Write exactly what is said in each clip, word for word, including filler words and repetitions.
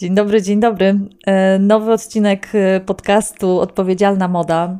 Dzień dobry, dzień dobry. Nowy odcinek podcastu Odpowiedzialna Moda.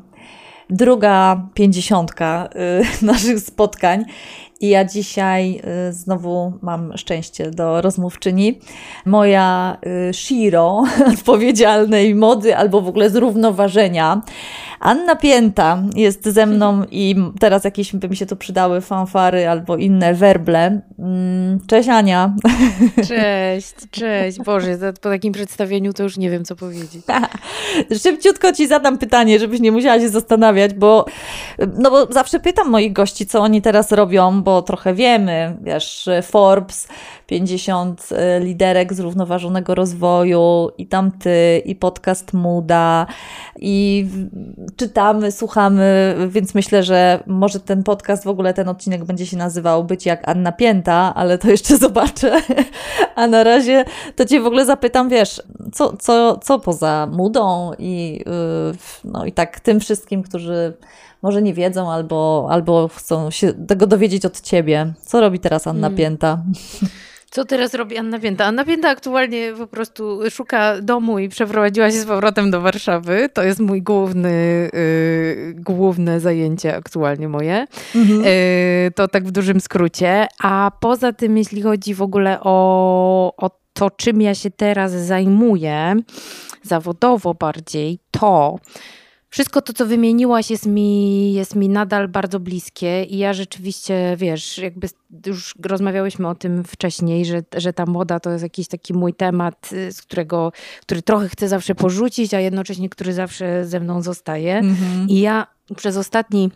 Druga pięćdziesiątka naszych spotkań. I ja dzisiaj znowu mam szczęście do rozmówczyni. Moja Shiro odpowiedzialnej mody albo w ogóle zrównoważenia. Anna Pięta jest ze mną i teraz jakieś by mi się tu przydały fanfary albo inne werble. Cześć Ania. Cześć, cześć. Boże, po takim przedstawieniu to już nie wiem, co powiedzieć. Szybciutko Ci zadam pytanie, żebyś nie musiała się zastanawiać, bo, no bo zawsze pytam moich gości, co oni teraz robią, bo trochę wiemy, wiesz, Forbes, pięćdziesiąt liderek zrównoważonego rozwoju i tam ty, i podcast Muda, i czytamy, słuchamy, więc myślę, że może ten podcast, w ogóle ten odcinek będzie się nazywał Być jak Anna Pięta, ale to jeszcze zobaczę. A na razie to Cię w ogóle zapytam, wiesz, co, co, co poza Mudą i, no, i tak tym wszystkim, którzy może nie wiedzą albo, albo chcą się tego dowiedzieć od Ciebie. Co robi teraz Anna hmm. Pięta? Co teraz robi Anna Pięta? Anna Pięta aktualnie po prostu szuka domu i przeprowadziła się z powrotem do Warszawy. To jest mój główny, yy, główne zajęcie aktualnie moje. Mhm. Yy, to tak w dużym skrócie. A poza tym, jeśli chodzi w ogóle o, o to, czym ja się teraz zajmuję, zawodowo bardziej, to wszystko to, co wymieniłaś, jest mi, jest mi nadal bardzo bliskie i ja rzeczywiście, wiesz, jakby już rozmawiałyśmy o tym wcześniej, że, że ta moda to jest jakiś taki mój temat, z którego, który trochę chcę zawsze porzucić, a jednocześnie który zawsze ze mną zostaje. Mhm. I ja przez ostatni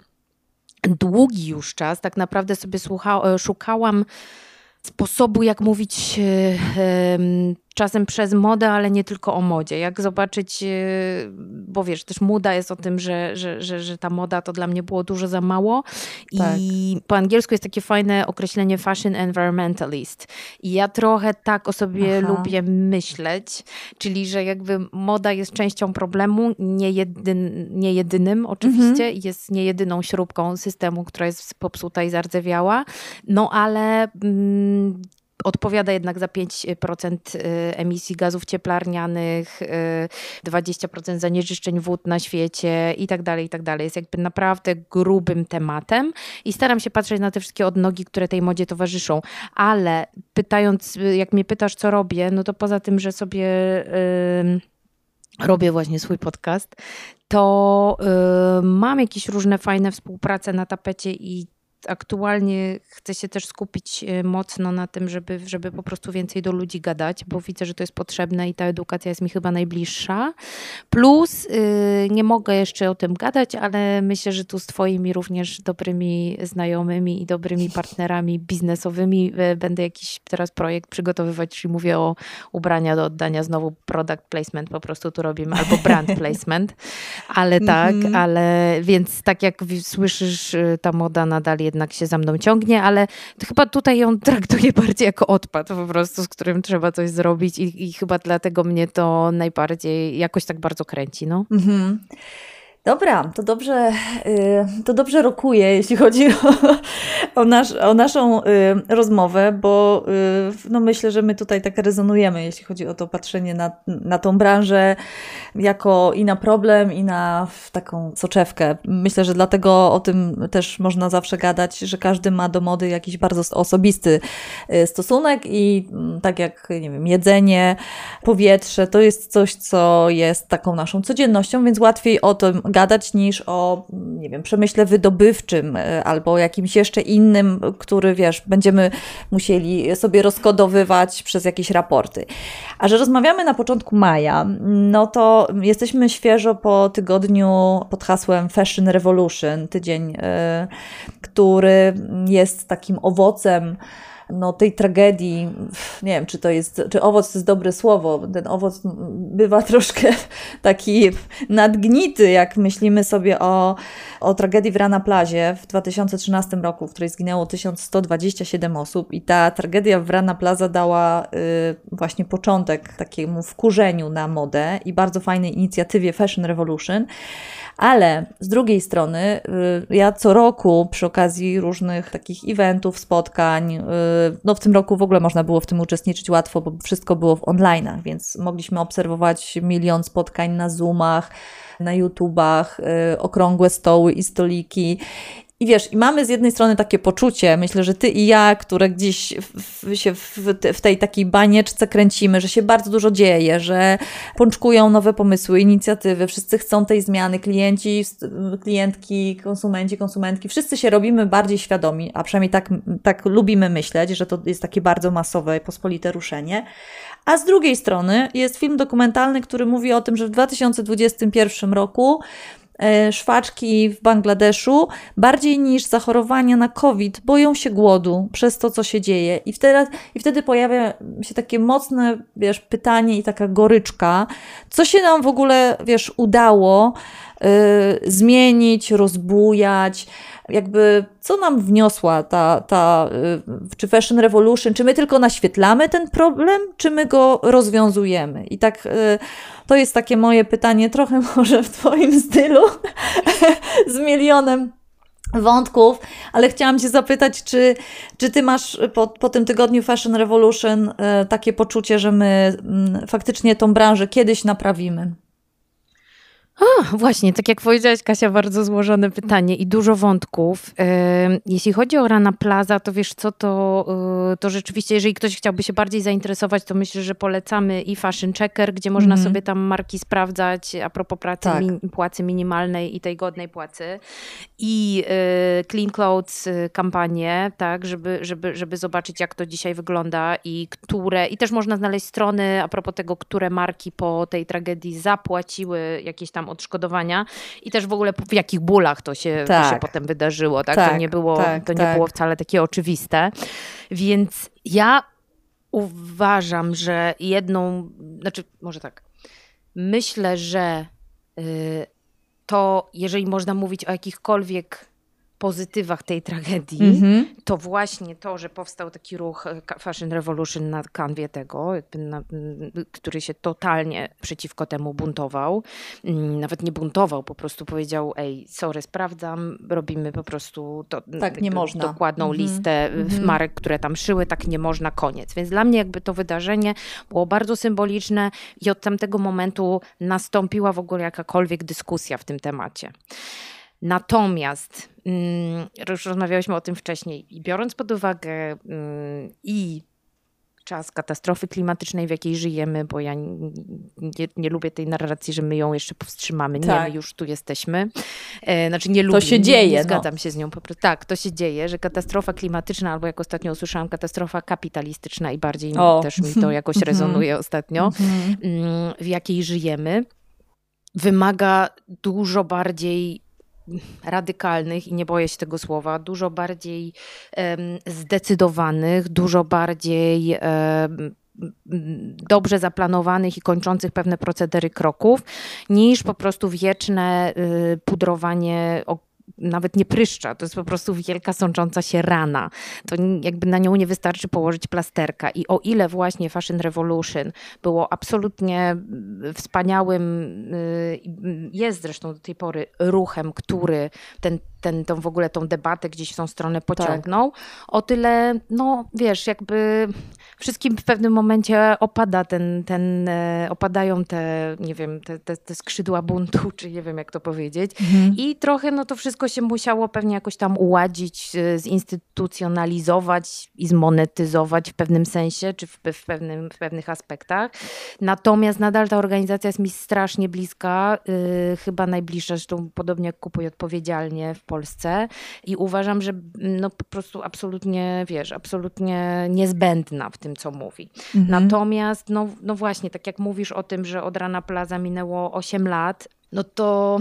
długi już czas tak naprawdę sobie słucha, szukałam sposobu, jak mówić yy, czasem przez modę, ale nie tylko o modzie. Jak zobaczyć, bo wiesz, też moda jest o tym, że, że, że, że ta moda to dla mnie było dużo za mało. Tak. I po angielsku jest takie fajne określenie fashion environmentalist. I ja trochę tak o sobie Aha. lubię myśleć, czyli że jakby moda jest częścią problemu, nie, jedyn, nie jedynym oczywiście, mhm. jest nie jedyną śrubką systemu, która jest popsuta i zardzewiała, no ale mm, odpowiada jednak za pięć procent emisji gazów cieplarnianych, dwadzieścia procent zanieczyszczeń wód na świecie i tak dalej, i tak dalej. Jest jakby naprawdę grubym tematem i staram się patrzeć na te wszystkie odnogi, które tej modzie towarzyszą. Ale pytając, jak mnie pytasz, co robię, no to poza tym, że sobie yy, robię właśnie swój podcast, to yy, mam jakieś różne fajne współprace na tapecie i aktualnie chcę się też skupić mocno na tym, żeby, żeby po prostu więcej do ludzi gadać, bo widzę, że to jest potrzebne i ta edukacja jest mi chyba najbliższa. Plus yy, nie mogę jeszcze o tym gadać, ale myślę, że tu z twoimi również dobrymi znajomymi i dobrymi partnerami biznesowymi yy, będę jakiś teraz projekt przygotowywać, czyli mówię o ubrania do oddania, znowu product placement po prostu tu robimy, albo brand placement, ale tak, mm-hmm. ale więc tak jak słyszysz, ta moda nadal jest jednak się za mną ciągnie, ale chyba tutaj ją traktuję bardziej jako odpad po prostu, z którym trzeba coś zrobić i, i chyba dlatego mnie to najbardziej jakoś tak bardzo kręci. No. Mhm. Dobra, to dobrze, to dobrze rokuje, jeśli chodzi o, o, nasz, o naszą rozmowę, bo no myślę, że my tutaj tak rezonujemy, jeśli chodzi o to patrzenie na, na tą branżę jako i na problem, i na taką soczewkę. Myślę, że dlatego o tym też można zawsze gadać, że każdy ma do mody jakiś bardzo osobisty stosunek i tak jak, nie wiem, jedzenie, powietrze, to jest coś, co jest taką naszą codziennością, więc łatwiej o tym gadać niż o, nie wiem, przemyśle wydobywczym albo jakimś jeszcze innym, który, wiesz, będziemy musieli sobie rozkodowywać przez jakieś raporty. A że rozmawiamy na początku maja, no to jesteśmy świeżo po tygodniu pod hasłem Fashion Revolution, tydzień, który jest takim owocem no, tej tragedii, nie wiem, czy to jest, czy owoc to jest dobre słowo, ten owoc bywa troszkę taki nadgnity, jak myślimy sobie o, o tragedii w Rana Plazie w dwa tysiące trzynastym roku, w której zginęło tysiąc sto dwadzieścia siedem osób i ta tragedia w Rana Plaza dała y, właśnie początek takiemu wkurzeniu na modę i bardzo fajnej inicjatywie Fashion Revolution. Ale z drugiej strony ja co roku przy okazji różnych takich eventów, spotkań no w tym roku w ogóle można było w tym uczestniczyć łatwo, bo wszystko było w online'ach, więc mogliśmy obserwować milion spotkań na Zoomach, na YouTubach, okrągłe stoły i stoliki. I wiesz, i mamy z jednej strony takie poczucie, myślę, że ty i ja, które gdzieś w, się w, w tej takiej banieczce kręcimy, że się bardzo dużo dzieje, że pączkują nowe pomysły, inicjatywy, wszyscy chcą tej zmiany, klienci, klientki, konsumenci, konsumentki, wszyscy się robimy bardziej świadomi, a przynajmniej tak, tak lubimy myśleć, że to jest takie bardzo masowe, pospolite ruszenie. A z drugiej strony jest film dokumentalny, który mówi o tym, że w dwa tysiące dwudziestym pierwszym roku szwaczki w Bangladeszu bardziej niż zachorowania na COVID boją się głodu przez to, co się dzieje. I wtedy, i wtedy pojawia się takie mocne, wiesz, pytanie i taka goryczka, co się nam w ogóle, wiesz, udało yy, zmienić, rozbujać, jakby co nam wniosła ta, ta yy, czy Fashion Revolution, czy my tylko naświetlamy ten problem, czy my go rozwiązujemy. I tak yy, to jest takie moje pytanie, trochę może w twoim stylu, z milionem wątków, ale chciałam cię zapytać, czy, czy ty masz po, po tym tygodniu Fashion Revolution e, takie poczucie, że my m, faktycznie tą branżę kiedyś naprawimy? O, właśnie, tak jak powiedziałaś, Kasia, bardzo złożone pytanie i dużo wątków. Jeśli chodzi o Rana Plaza, to wiesz co, to, to rzeczywiście, jeżeli ktoś chciałby się bardziej zainteresować, to myślę, że polecamy i Fashion Checker, gdzie można mm-hmm. sobie tam marki sprawdzać a propos pracy, tak. min, płacy minimalnej i tej godnej płacy. I Clean Clothes kampanię, tak, żeby, żeby, żeby zobaczyć, jak to dzisiaj wygląda i które, i też można znaleźć strony a propos tego, które marki po tej tragedii zapłaciły jakieś tam odszkodowania i też w ogóle w jakich bólach to się, tak. to się potem wydarzyło. Tak? Tak, to nie, było, tak, to nie tak. było wcale takie oczywiste. Więc ja uważam, że jedną, znaczy może tak, myślę, że y, to jeżeli można mówić o jakichkolwiek pozytywach tej tragedii, mm-hmm. to właśnie to, że powstał taki ruch Fashion Revolution na kanwie tego, na, który się totalnie przeciwko temu buntował. Nawet nie buntował, po prostu powiedział, ej, sorry, sprawdzam, robimy po prostu to, tak nie do, można. dokładną mm-hmm. listę mm-hmm. marek, które tam szyły, tak nie można, koniec. Więc dla mnie jakby to wydarzenie było bardzo symboliczne i od tamtego momentu nastąpiła w ogóle jakakolwiek dyskusja w tym temacie. Natomiast mm, już rozmawiałyśmy o tym wcześniej i biorąc pod uwagę mm, i czas katastrofy klimatycznej, w jakiej żyjemy, bo ja nie, nie lubię tej narracji, że my ją jeszcze powstrzymamy. Nie, tak. my już tu jesteśmy. E, znaczy nie lubię. To się dzieje. Nie, nie zgadzam no. się z nią. Po prostu. Tak, to się dzieje, że katastrofa klimatyczna, albo jak ostatnio usłyszałam, katastrofa kapitalistyczna i bardziej o. też mi to jakoś rezonuje ostatnio, w jakiej żyjemy, wymaga dużo bardziej radykalnych, i nie boję się tego słowa, dużo bardziej um, zdecydowanych, dużo bardziej um, dobrze zaplanowanych i kończących pewne procedery kroków, niż po prostu wieczne y, pudrowanie o nawet nie pryszcza, to jest po prostu wielka sącząca się rana. To jakby na nią nie wystarczy położyć plasterka. I o ile właśnie Fashion Revolution było absolutnie wspaniałym, jest zresztą do tej pory ruchem, który ten, ten, tą w ogóle tą debatę gdzieś w tą stronę pociągnął, tak. o tyle, no wiesz, jakby wszystkim w pewnym momencie opada ten, ten opadają te, nie wiem, te, te, te skrzydła buntu, czy nie wiem jak to powiedzieć. Mhm. I trochę no to wszystko się musiało pewnie jakoś tam uładzić, zinstytucjonalizować i zmonetyzować w pewnym sensie, czy w, w, pewnym, w pewnych aspektach. Natomiast nadal ta organizacja jest mi strasznie bliska, yy, chyba najbliższa, zresztą podobnie jak Kupuj Odpowiedzialnie w Polsce i uważam, że no po prostu absolutnie, wiesz, absolutnie niezbędna w tym, co mówi. Mhm. Natomiast, no, no właśnie, tak jak mówisz o tym, że od Rana Plaza minęło osiem lat, no to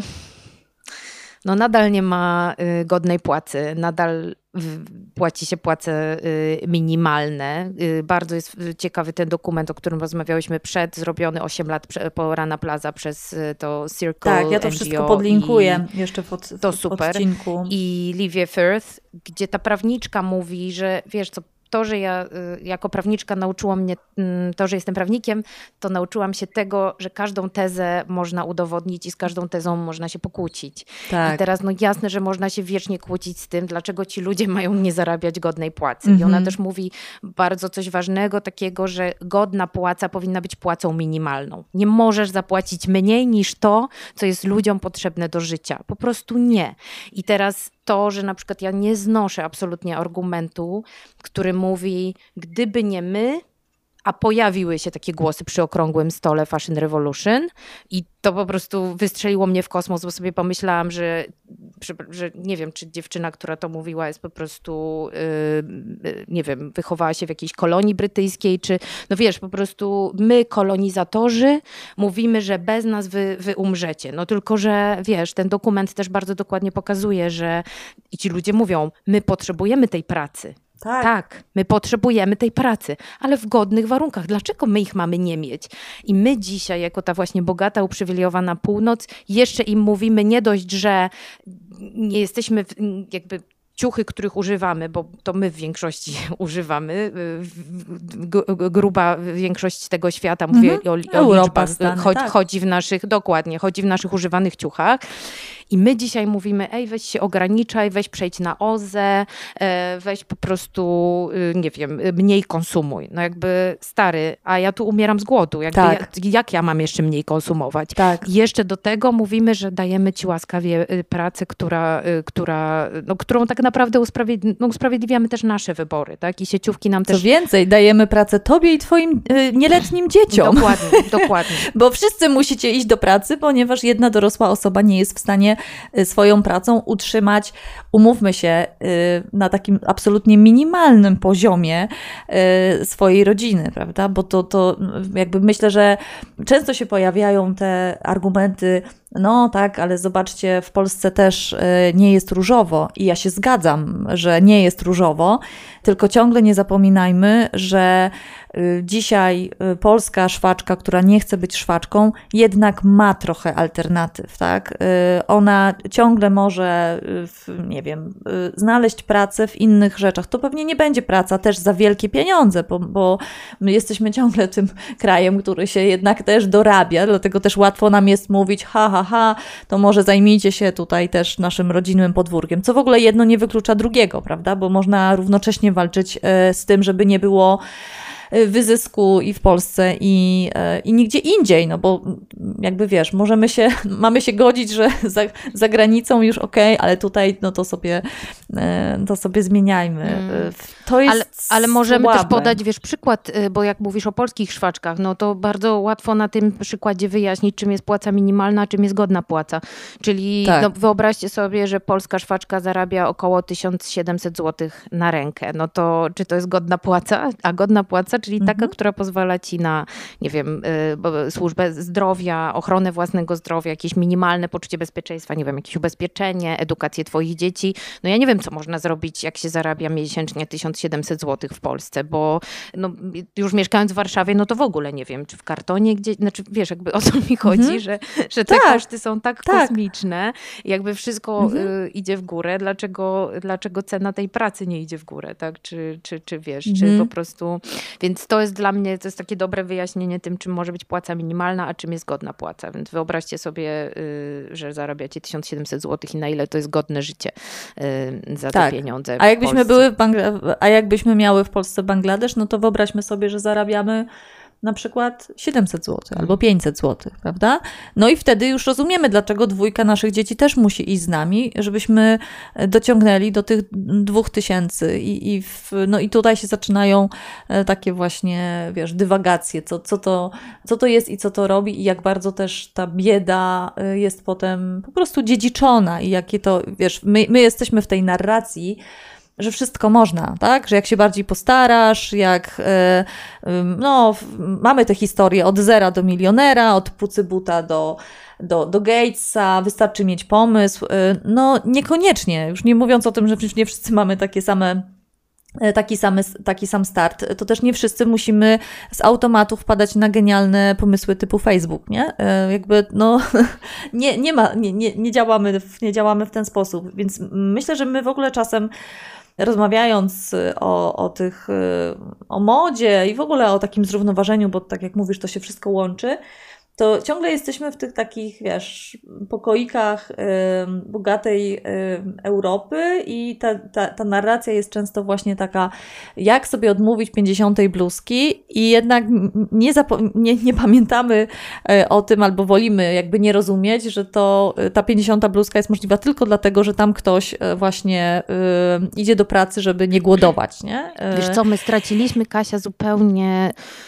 no nadal nie ma y, godnej płacy, nadal w, płaci się płace y, minimalne. Y, bardzo jest ciekawy ten dokument, o którym rozmawiałyśmy przed, zrobiony osiem lat prze, po Rana Plaza przez y, to Circle Tak, ja to N G O wszystko podlinkuję jeszcze w, od, to w super. odcinku. I Livia Firth, gdzie ta prawniczka mówi, że wiesz co, to, że ja jako prawniczka nauczyło mnie, to, że jestem prawnikiem, to nauczyłam się tego, że każdą tezę można udowodnić i z każdą tezą można się pokłócić. Tak. I teraz no jasne, że można się wiecznie kłócić z tym, dlaczego ci ludzie mają nie zarabiać godnej płacy. Mm-hmm. I ona też mówi bardzo coś ważnego takiego, że godna płaca powinna być płacą minimalną. Nie możesz zapłacić mniej niż to, co jest ludziom potrzebne do życia. Po prostu nie. I teraz to, że na przykład ja nie znoszę absolutnie argumentu, który mówi, gdyby nie my, a pojawiły się takie głosy przy okrągłym stole Fashion Revolution i to po prostu wystrzeliło mnie w kosmos, bo sobie pomyślałam, że, że nie wiem, czy dziewczyna, która to mówiła, jest po prostu, yy, nie wiem, wychowała się w jakiejś kolonii brytyjskiej, czy no wiesz, po prostu my, kolonizatorzy, mówimy, że bez nas wy, wy umrzecie. No tylko, że wiesz, ten dokument też bardzo dokładnie pokazuje, że i ci ludzie mówią, my potrzebujemy tej pracy. Tak. tak, my potrzebujemy tej pracy, ale w godnych warunkach. Dlaczego my ich mamy nie mieć? I my dzisiaj, jako ta właśnie bogata, uprzywilejowana północ, jeszcze im mówimy nie dość, że nie jesteśmy jakby ciuchy, których używamy, bo to my w większości używamy, gruba większość tego świata, mówię mm-hmm. o, o liczbach, Stany, chodzi, tak. chodzi w naszych, dokładnie, chodzi w naszych używanych ciuchach. I my dzisiaj mówimy, ej, weź się ograniczaj, weź przejdź na O Z E, weź po prostu, nie wiem, mniej konsumuj. No jakby stary, a ja tu umieram z głodu. Jakby tak. ja, jak ja mam jeszcze mniej konsumować? Tak. I jeszcze do tego mówimy, że dajemy ci łaskawie pracę, która, która, no, którą tak naprawdę usprawiedli- no, usprawiedliwiamy też nasze wybory, tak? I sieciówki nam też... Co więcej, dajemy pracę tobie i twoim y, nieletnim dzieciom. Dokładnie, dokładnie. Bo wszyscy musicie iść do pracy, ponieważ jedna dorosła osoba nie jest w stanie swoją pracą utrzymać, umówmy się, na takim absolutnie minimalnym poziomie swojej rodziny, prawda? Bo to, to jakby myślę, że często się pojawiają te argumenty, no tak, ale zobaczcie, w Polsce też nie jest różowo i ja się zgadzam, że nie jest różowo, tylko ciągle nie zapominajmy, że dzisiaj polska szwaczka, która nie chce być szwaczką, jednak ma trochę alternatyw, tak? Ona ciągle może, nie wiem, znaleźć pracę w innych rzeczach. To pewnie nie będzie praca też za wielkie pieniądze, bo, bo my jesteśmy ciągle tym krajem, który się jednak też dorabia, dlatego też łatwo nam jest mówić, ha, ha, ha, to może zajmijcie się tutaj też naszym rodzinnym podwórkiem, co w ogóle jedno nie wyklucza drugiego, prawda? Bo można równocześnie walczyć z tym, żeby nie było wyzysku i w Polsce i, i nigdzie indziej, no bo jakby wiesz, możemy się, mamy się godzić, że za, za granicą już okej, okay, ale tutaj no to sobie, to sobie zmieniajmy. Mm. To jest ale, ale możemy słabe. Też podać, wiesz, przykład, bo jak mówisz o polskich szwaczkach, no to bardzo łatwo na tym przykładzie wyjaśnić, czym jest płaca minimalna, a czym jest godna płaca. Czyli tak. no, wyobraźcie sobie, że polska szwaczka zarabia około tysiąc siedemset złotych na rękę. No to czy to jest godna płaca? A godna płaca, czyli taka, mhm. która pozwala ci na, nie wiem, y, służbę zdrowia, ochronę własnego zdrowia, jakieś minimalne poczucie bezpieczeństwa, nie wiem, jakieś ubezpieczenie, edukację twoich dzieci. No ja nie wiem, co można zrobić, jak się zarabia miesięcznie tysiąc siedemset złotych w Polsce, bo no, już mieszkając w Warszawie, no to w ogóle nie wiem, czy w kartonie, gdzie, znaczy wiesz, jakby o to mi chodzi, mhm. że, że te tak. koszty są tak, tak kosmiczne, jakby wszystko mhm. y, idzie w górę, dlaczego, dlaczego cena tej pracy nie idzie w górę, tak? Czy, czy, czy wiesz, mhm. czy po prostu... Więc to jest dla mnie, to jest takie dobre wyjaśnienie tym, czym może być płaca minimalna, a czym jest godna płaca. Więc wyobraźcie sobie, y, że zarabiacie tysiąc siedemset złotych i na ile to jest godne życie y, za tak. te pieniądze. A jakbyśmy były w Bangla- a jakbyśmy miały w Polsce Bangladesz, no to wyobraźmy sobie, że zarabiamy na przykład siedemset złotych albo pięćset złotych, prawda? No i wtedy już rozumiemy, dlaczego dwójka naszych dzieci też musi iść z nami, żebyśmy dociągnęli do tych dwóch tysięcy i, i, w, no i tutaj się zaczynają takie właśnie, wiesz, dywagacje, co, co, to, co to jest i co to robi i jak bardzo też ta bieda jest potem po prostu dziedziczona i jakie to, wiesz, my, my jesteśmy w tej narracji, że wszystko można, tak? Że jak się bardziej postarasz, jak no, mamy te historie od zera do milionera, od Pucybuta do, do, do Gatesa, wystarczy mieć pomysł. No niekoniecznie, już nie mówiąc o tym, że przecież nie wszyscy mamy takie same Taki, samy, taki sam start, to też nie wszyscy musimy z automatu wpadać na genialne pomysły typu Facebook, nie? Jakby, no, nie, nie ma, nie, nie, nie działamy, nie działamy w ten sposób, więc myślę, że my w ogóle czasem rozmawiając o, o tych, o modzie i w ogóle o takim zrównoważeniu, bo tak jak mówisz, to się wszystko łączy, to ciągle jesteśmy w tych takich, wiesz, pokoikach y, bogatej y, Europy i ta, ta, ta narracja jest często właśnie taka, jak sobie odmówić pięćdziesiątej bluzki i jednak nie, zapo- nie, nie pamiętamy o tym albo wolimy jakby nie rozumieć, że to ta pięćdziesiąta bluzka jest możliwa tylko dlatego, że tam ktoś właśnie y, idzie do pracy, żeby nie głodować, nie? Wiesz co, my straciliśmy, Kasia, zupełnie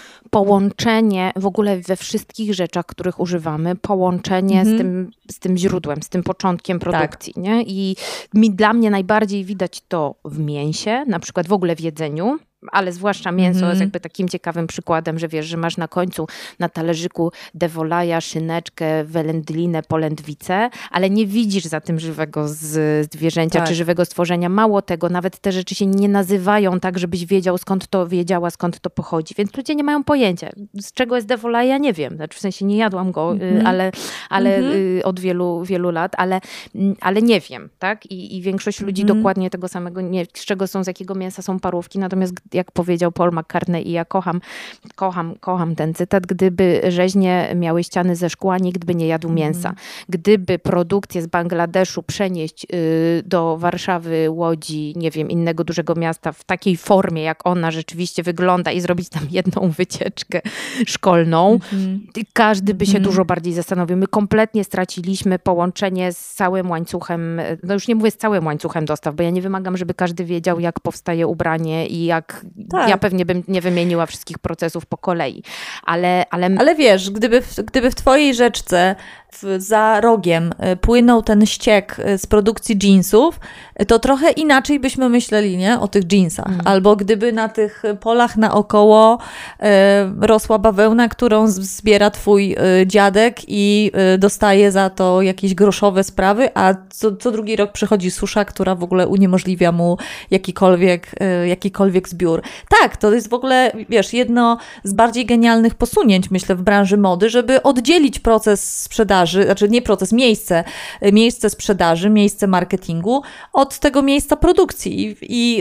połączenie w ogóle we wszystkich rzeczach, których używamy, połączenie mhm. z, tym, z tym źródłem, z tym początkiem produkcji. Tak. Nie? I mi, dla mnie najbardziej widać to w mięsie, na przykład w ogóle w jedzeniu, ale zwłaszcza mięso mm. jest jakby takim ciekawym przykładem, że wiesz, że masz na końcu na talerzyku dewolaja, szyneczkę, welendlinę, polędwicę, ale nie widzisz za tym żywego z, zwierzęcia tak. czy żywego stworzenia. Mało tego, nawet te rzeczy się nie nazywają tak, żebyś wiedział, skąd to wiedziała, skąd to pochodzi. Więc ludzie nie mają pojęcia. Z czego jest dewolaja, nie wiem. Znaczy, w sensie nie jadłam go, mm. ale, ale mm-hmm. od wielu, wielu lat, ale, ale nie wiem. Tak? I, i większość ludzi mm. dokładnie tego samego, nie, z czego są, z jakiego mięsa są parówki. Natomiast jak powiedział Paul McCartney i ja kocham, kocham, kocham ten cytat, gdyby rzeźnie miały ściany ze szkła, nikt by nie jadł mięsa. Mm. Gdyby produkcję z Bangladeszu przenieść y, do Warszawy, Łodzi, nie wiem, innego dużego miasta w takiej formie, jak ona rzeczywiście wygląda i zrobić tam jedną wycieczkę szkolną, mm-hmm. każdy by się mm. dużo bardziej zastanowił. My kompletnie straciliśmy połączenie z całym łańcuchem, no już nie mówię z całym łańcuchem dostaw, bo ja nie wymagam, żeby każdy wiedział, jak powstaje ubranie i jak tak. Ja pewnie bym nie wymieniła wszystkich procesów po kolei, ale... Ale, ale wiesz, gdyby w, gdyby w twojej rzeczce w, za rogiem płynął ten ściek z produkcji jeansów, to trochę inaczej byśmy myśleli, nie? O tych jeansach. Mm. Albo gdyby na tych polach naokoło e, rosła bawełna, którą zbiera twój e, dziadek i e, dostaje za to jakieś groszowe sprawy, a co, co drugi rok przychodzi susza, która w ogóle uniemożliwia mu jakikolwiek, e, jakikolwiek zbiór. Tak, to jest w ogóle, wiesz, jedno z bardziej genialnych posunięć, myślę, w branży mody, żeby oddzielić proces sprzedaży, znaczy nie proces, miejsce, miejsce sprzedaży, miejsce marketingu od tego miejsca produkcji i, i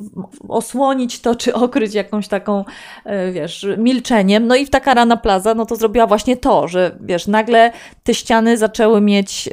osłonić to, czy okryć jakąś taką, wiesz, milczeniem. No i w taka Rana Plaza, no to zrobiła właśnie to, że wiesz, nagle te ściany zaczęły mieć,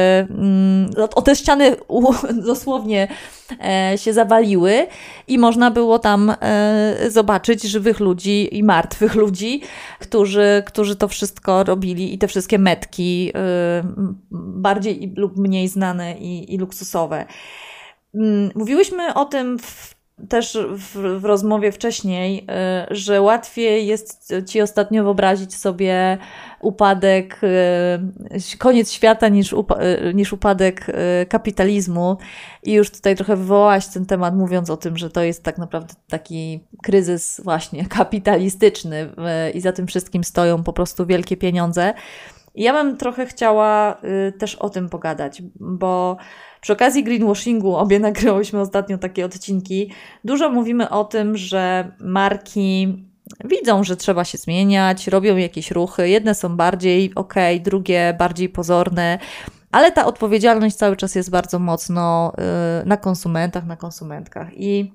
o te ściany dosłownie się zawaliły i można było tam zobaczyć żywych ludzi i martwych ludzi, którzy, którzy to wszystko robili i te wszystkie metki bardziej lub mniej znane i, i luksusowe. Mówiłyśmy o tym w, też w, w rozmowie wcześniej, że łatwiej jest ci ostatnio wyobrazić sobie upadek, koniec świata niż, upa- niż upadek kapitalizmu. I już tutaj trochę wywołałaś ten temat, mówiąc o tym, że to jest tak naprawdę taki kryzys właśnie kapitalistyczny i za tym wszystkim stoją po prostu wielkie pieniądze. I ja bym trochę chciała też o tym pogadać, bo przy okazji greenwashingu, obie nagrywałyśmy ostatnio takie odcinki, dużo mówimy o tym, że marki widzą, że trzeba się zmieniać, robią jakieś ruchy, jedne są bardziej okej, drugie bardziej pozorne, ale ta odpowiedzialność cały czas jest bardzo mocno na konsumentach, na konsumentkach. I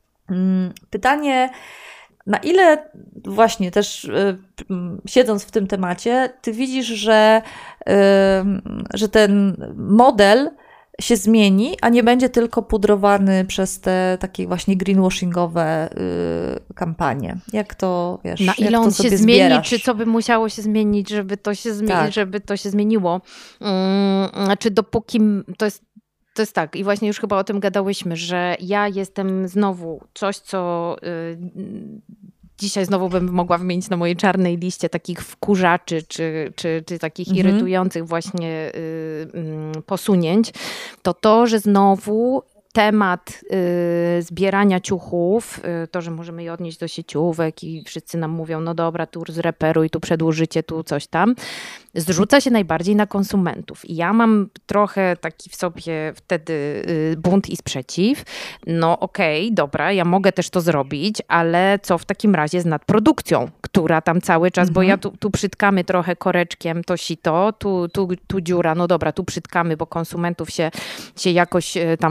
pytanie, na ile właśnie też y, siedząc w tym temacie, ty widzisz, że, y, że ten model się zmieni, a nie będzie tylko pudrowany przez te takie właśnie greenwashingowe y, kampanie. Jak to, wiesz, na ile jak on to sobie się zbierasz? zmieni, czy co by musiało się zmienić, żeby to się, zmieni, tak. żeby to się zmieniło. Hmm, czy dopóki to jest To jest tak i właśnie już chyba o tym gadałyśmy, że ja jestem znowu coś, co y, dzisiaj znowu bym mogła wymienić na mojej czarnej liście takich wkurzaczy, czy, czy, czy takich mhm. irytujących właśnie y, y, posunięć, to to, że znowu temat y, zbierania ciuchów, y, to, że możemy je odnieść do sieciówek i wszyscy nam mówią, no dobra, tu zreperuj, tu przedłużycie, tu coś tam, zrzuca się najbardziej na konsumentów. I ja mam trochę taki w sobie wtedy y, bunt i sprzeciw. No okej, okay, dobra, ja mogę też to zrobić, ale co w takim razie z nadprodukcją, która tam cały czas, mhm. bo ja tu, tu przytkamy trochę koreczkiem to sito, tu, tu, tu dziura, no dobra, tu przytkamy, bo konsumentów się, się jakoś tam powiedzmy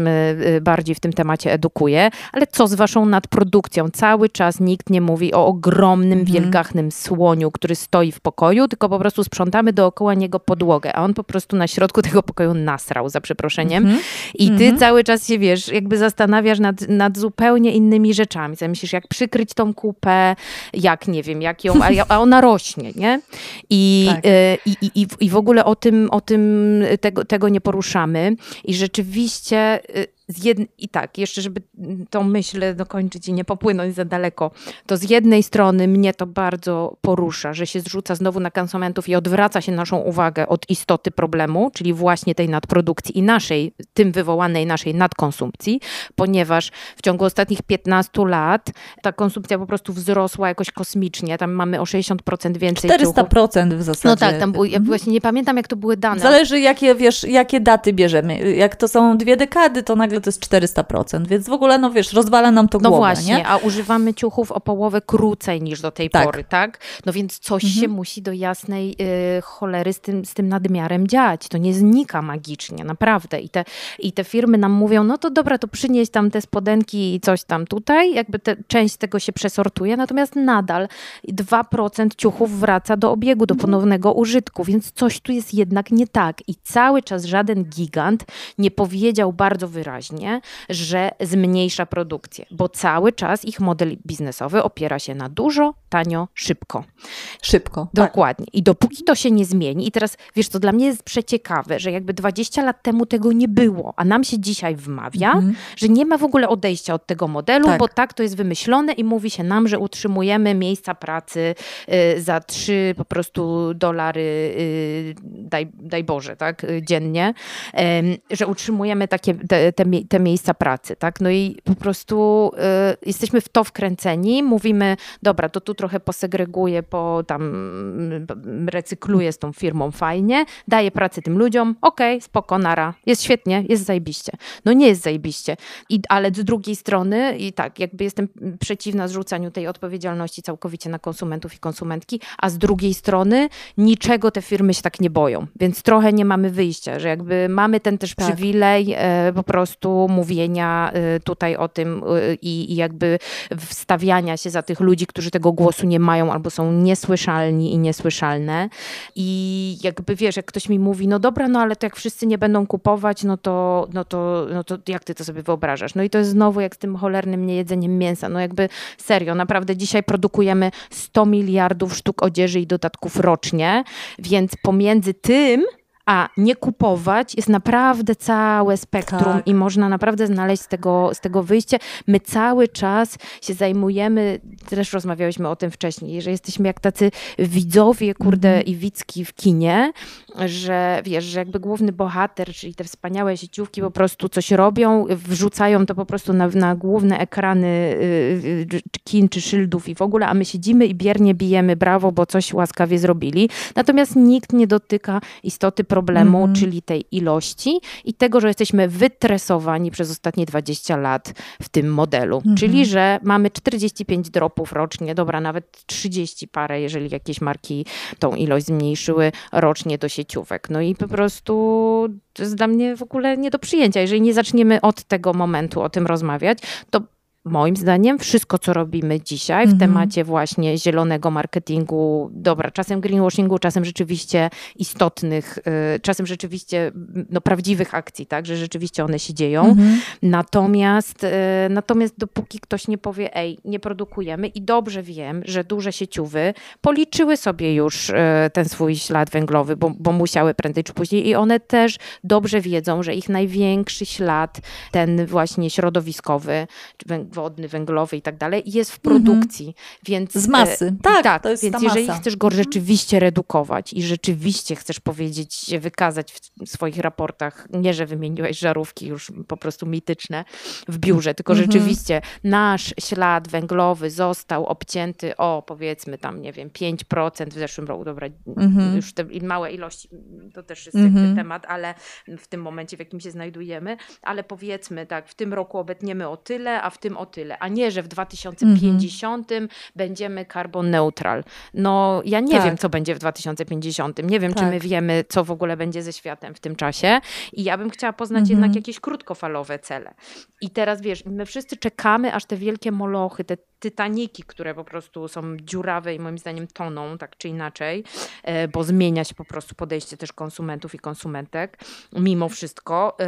powiedzmy bardziej w tym temacie edukuje, ale co z waszą nadprodukcją? Cały czas nikt nie mówi o ogromnym, mhm. wielgachnym słoniu, który stoi w pokoju, tylko po prostu sprzątamy dookoła niego podłogę, a on po prostu na środku tego pokoju nasrał, za przeproszeniem. Mhm. I ty mhm. cały czas się, wiesz, jakby zastanawiasz nad, nad zupełnie innymi rzeczami. Myślisz, jak przykryć tą kupę, jak, nie wiem, jak ją, a, a ona rośnie, nie? I, tak. y, i, i, i w ogóle o tym, o tym tego, tego nie poruszamy. I rzeczywiście z jed... i tak, jeszcze żeby tą myśl dokończyć i nie popłynąć za daleko, to z jednej strony mnie to bardzo porusza, że się zrzuca znowu na konsumentów i odwraca się naszą uwagę od istoty problemu, czyli właśnie tej nadprodukcji i naszej, tym wywołanej naszej nadkonsumpcji, ponieważ w ciągu ostatnich piętnastu lat ta konsumpcja po prostu wzrosła jakoś kosmicznie, tam mamy o sześćdziesiąt procent więcej czterysta procent w zasadzie. No tak, tam było, ja właśnie nie pamiętam, jak to były dane. Zależy, jakie, wiesz, jakie daty bierzemy. Jak to są dwie dekady, to nagle to jest czterysta procent, więc w ogóle, no wiesz, rozwala nam to no głowę, właśnie, nie? A używamy ciuchów o połowę krócej niż do tej tak. pory, tak? No więc coś mhm. się musi do jasnej y, cholery z tym, z tym nadmiarem dziać. To nie znika magicznie, naprawdę. I te, I te firmy nam mówią, no to dobra, to przynieś tam te spodenki i coś tam tutaj, jakby te, część z tego się przesortuje, natomiast nadal dwa procent ciuchów wraca do obiegu, do ponownego użytku, więc coś tu jest jednak nie tak. I cały czas żaden gigant nie powiedział bardzo wyraźnie, że zmniejsza produkcję, bo cały czas ich model biznesowy opiera się na dużo, tanio, szybko. Szybko. Dokładnie. Tak. I dopóki to się nie zmieni, i teraz wiesz, co dla mnie jest przeciekawe, że jakby dwadzieścia lat temu tego nie było, a nam się dzisiaj wmawia, mhm. że nie ma w ogóle odejścia od tego modelu, tak. bo tak to jest wymyślone i mówi się nam, że utrzymujemy miejsca pracy y, za trzy po prostu dolary, y, daj, daj Boże, tak, y, dziennie, y, że utrzymujemy takie te, te, te miejsca pracy, tak, no i po prostu y, jesteśmy w to wkręceni, mówimy, dobra, to tu trochę posegreguję, po tam recykluję z tą firmą fajnie, daję pracę tym ludziom, okej, okay, spoko, nara, jest świetnie, jest zajebiście. No nie jest zajebiście, I, ale z drugiej strony i tak, jakby jestem przeciwna zrzucaniu tej odpowiedzialności całkowicie na konsumentów i konsumentki, a z drugiej strony niczego te firmy się tak nie boją, więc trochę nie mamy wyjścia, że jakby mamy ten też tak. przywilej e, po prostu mówienia e, tutaj o tym e, i jakby wstawiania się za tych ludzi, którzy tego głosu nie mają albo są niesłyszalni i niesłyszalne. I jakby wiesz, jak ktoś mi mówi, no dobra, no ale to jak wszyscy nie będą kupować, no to, no to, no to jak ty to sobie wyobrażasz? No i to jest znowu jak z tym cholernym niejedzeniem mięsa. No jakby serio, naprawdę dzisiaj produkujemy sto miliardów sztuk odzieży i dodatków rocznie, więc pomiędzy tym a nie kupować jest naprawdę całe spektrum tak. i można naprawdę znaleźć z tego, z tego wyjście. My cały czas się zajmujemy, też rozmawiałyśmy o tym wcześniej, że jesteśmy jak tacy widzowie, kurde, mm. i widzki w kinie, że wiesz, że jakby główny bohater, czyli te wspaniałe sieciówki po prostu coś robią, wrzucają to po prostu na, na główne ekrany y, y, kin czy szyldów i w ogóle, a my siedzimy i biernie bijemy brawo, bo coś łaskawie zrobili. Natomiast nikt nie dotyka istoty problemu, mm. czyli tej ilości i tego, że jesteśmy wytresowani przez ostatnie dwadzieścia lat w tym modelu. Mm. Czyli, że mamy czterdzieści pięć dropów rocznie, dobra, nawet trzydzieści parę, jeżeli jakieś marki tą ilość zmniejszyły rocznie do sieciówek. No i po prostu to jest dla mnie w ogóle nie do przyjęcia. Jeżeli nie zaczniemy od tego momentu o tym rozmawiać, to moim zdaniem wszystko, co robimy dzisiaj w mm-hmm. temacie właśnie zielonego marketingu, dobra, czasem greenwashingu, czasem rzeczywiście istotnych, y, czasem rzeczywiście no, prawdziwych akcji, tak, że rzeczywiście one się dzieją. Mm-hmm. Natomiast, y, natomiast dopóki ktoś nie powie, ej, nie produkujemy i dobrze wiem, że duże sieciówy policzyły sobie już y, ten swój ślad węglowy, bo, bo musiały prędzej czy później i one też dobrze wiedzą, że ich największy ślad, ten właśnie środowiskowy, wodny, węglowy i tak dalej, jest w produkcji. Mm-hmm. Więc, z masy. Tak, tak, to jest więc ta jeżeli masa. chcesz go rzeczywiście redukować i rzeczywiście chcesz powiedzieć, wykazać w swoich raportach, nie, że wymieniłeś żarówki już po prostu mityczne w biurze, tylko mm-hmm. rzeczywiście nasz ślad węglowy został obcięty o powiedzmy tam, nie wiem, pięć procent w zeszłym roku. Dobra, mm-hmm. już te małe ilości, to też jest mm-hmm. temat, ale w tym momencie, w jakim się znajdujemy, ale powiedzmy tak, w tym roku obetniemy o tyle, a w tym o tyle, a nie, że w dwa tysiące pięćdziesiątym mm-hmm. będziemy carbon neutral. No ja nie tak. wiem, co będzie w dwa tysiące pięćdziesiątym. Nie wiem, tak. czy my wiemy, co w ogóle będzie ze światem w tym czasie i ja bym chciała poznać mm-hmm. jednak jakieś krótkofalowe cele. I teraz wiesz, my wszyscy czekamy, aż te wielkie molochy, te Tytaniki, które po prostu są dziurawe i moim zdaniem toną, tak czy inaczej, bo zmienia się po prostu podejście też konsumentów i konsumentek, mimo wszystko.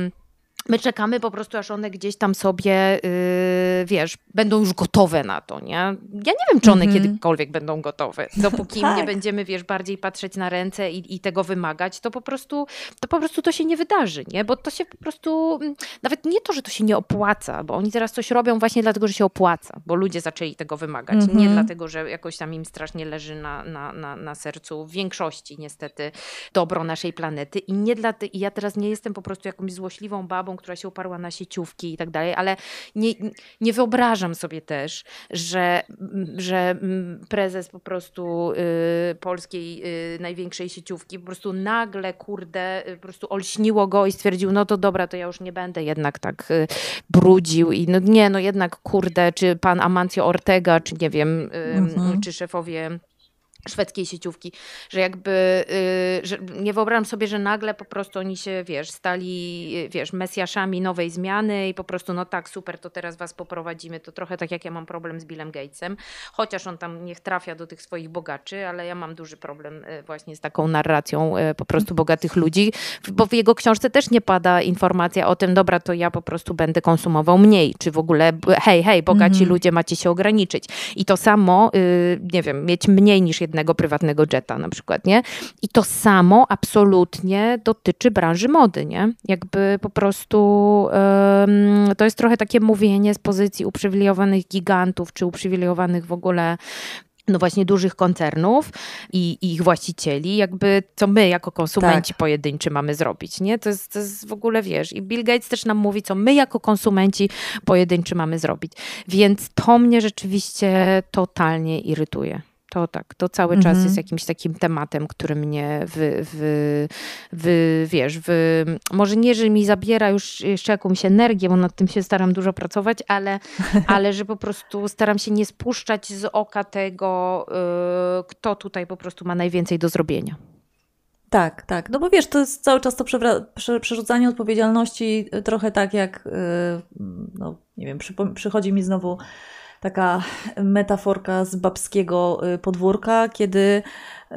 My czekamy po prostu, aż one gdzieś tam sobie, yy, wiesz, będą już gotowe na to, nie? Ja nie wiem, czy one mm-hmm. kiedykolwiek będą gotowe. Dopóki tak. nie będziemy, wiesz, bardziej patrzeć na ręce i, i tego wymagać, to po prostu to po prostu to się nie wydarzy, nie? Bo to się po prostu, nawet nie to, że to się nie opłaca, bo oni teraz coś robią właśnie dlatego, że się opłaca, bo ludzie zaczęli tego wymagać. Mm-hmm. Nie dlatego, że jakoś tam im strasznie leży na, na, na, na sercu, w większości niestety, dobro naszej planety i nie dla i ja teraz nie jestem po prostu jakąś złośliwą babą, która się oparła na sieciówki i tak dalej, ale nie, nie wyobrażam sobie też, że, że prezes po prostu y, polskiej y, największej sieciówki po prostu nagle, kurde, y, po prostu olśniło go i stwierdził, no to dobra, to ja już nie będę jednak tak y, brudził i no nie, no jednak kurde, czy pan Amancio Ortega, czy nie wiem, y, mhm. czy szefowie szwedzkiej sieciówki, że jakby, yy, że nie wyobrażam sobie, że nagle po prostu oni się, wiesz, stali, wiesz, mesjaszami nowej zmiany i po prostu, no tak, super, to teraz was poprowadzimy. To trochę tak jak ja mam problem z Billem Gatesem, chociaż on tam niech trafia do tych swoich bogaczy, ale ja mam duży problem właśnie z taką narracją po prostu bogatych ludzi, bo w jego książce też nie pada informacja o tym, dobra, to ja po prostu będę konsumował mniej, czy w ogóle, hej, hej, bogaci mm-hmm. ludzie, macie się ograniczyć. I to samo, yy, nie wiem, mieć mniej niż jednego prywatnego jeta na przykład, nie? I to samo absolutnie dotyczy branży mody, nie? Jakby po prostu um, to jest trochę takie mówienie z pozycji uprzywilejowanych gigantów, czy uprzywilejowanych w ogóle no właśnie dużych koncernów i, i ich właścicieli, jakby co my jako konsumenci tak. pojedynczy mamy zrobić, nie? To jest, to jest w ogóle, wiesz, i Bill Gates też nam mówi, co my jako konsumenci pojedynczy mamy zrobić. Więc to mnie rzeczywiście totalnie irytuje. To tak, to cały mhm. czas jest jakimś takim tematem, który mnie wy, wy, wy, wiesz, wy, może nie, że mi zabiera już jeszcze jakąś energię, bo nad tym się staram dużo pracować, ale, ale że po prostu staram się nie spuszczać z oka tego, yy, kto tutaj po prostu ma najwięcej do zrobienia. Tak, tak. No bo wiesz, to jest cały czas to przewra- prze- przerzucanie odpowiedzialności trochę tak jak, yy, no nie wiem, przypo- przychodzi mi znowu taka metaforka z babskiego podwórka, kiedy y,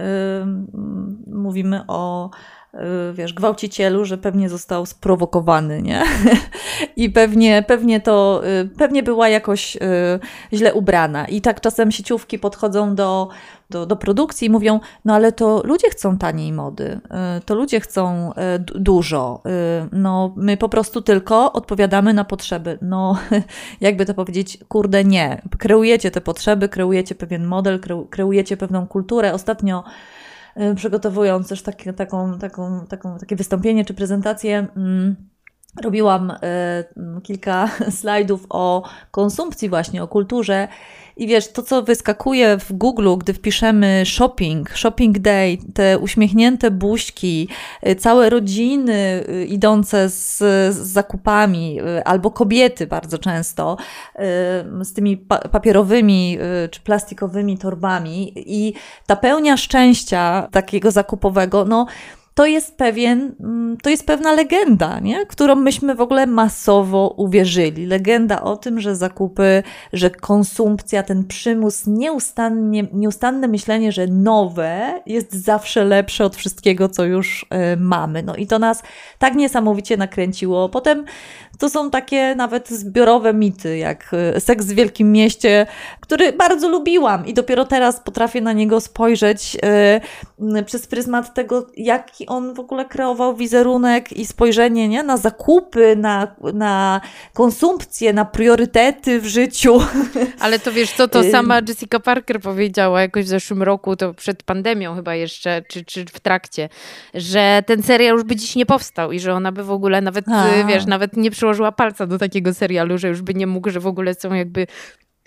mówimy o y, wiesz, gwałcicielu, że pewnie został sprowokowany, nie? I pewnie, pewnie to, y, pewnie była jakoś y, źle ubrana. I tak czasem sieciówki podchodzą do, do, do produkcji i mówią, no ale to ludzie chcą taniej mody, y, to ludzie chcą y, d- dużo. Y, no my po prostu tylko odpowiadamy na potrzeby. No jakby to powiedzieć, kurde nie. Kreujecie te potrzeby, kreujecie pewien model, kreu, kreujecie pewną kulturę. Ostatnio y, przygotowując też takie, taką, taką, taką, takie wystąpienie czy prezentację, mm, robiłam y, kilka slajdów o konsumpcji właśnie, o kulturze i wiesz, to co wyskakuje w Google, gdy wpiszemy shopping, shopping day, te uśmiechnięte buźki, y, całe rodziny y, idące z, z zakupami, y, albo kobiety bardzo często y, z tymi pa- papierowymi y, czy plastikowymi torbami i ta pełnia szczęścia takiego zakupowego, no to jest pewien, to jest pewna legenda, nie? Którą myśmy w ogóle masowo uwierzyli. Legenda o tym, że zakupy, że konsumpcja, ten przymus, nieustannie, nieustanne myślenie, że nowe jest zawsze lepsze od wszystkiego, co już y, mamy. No i to nas tak niesamowicie nakręciło. Potem to są takie nawet zbiorowe mity, jak Seks w Wielkim Mieście, który bardzo lubiłam i dopiero teraz potrafię na niego spojrzeć y, przez pryzmat tego, jaki on w ogóle kreował wizerunek i spojrzenie, nie? Na zakupy, na, na konsumpcję, na priorytety w życiu. Ale to wiesz co, to sama Jessica Parker powiedziała jakoś w zeszłym roku, to przed pandemią chyba jeszcze, czy, czy w trakcie, że ten serial już by dziś nie powstał i że ona by w ogóle nawet, A. wiesz, nawet nie przyłożyła palca do takiego serialu, że już by nie mógł, że w ogóle są jakby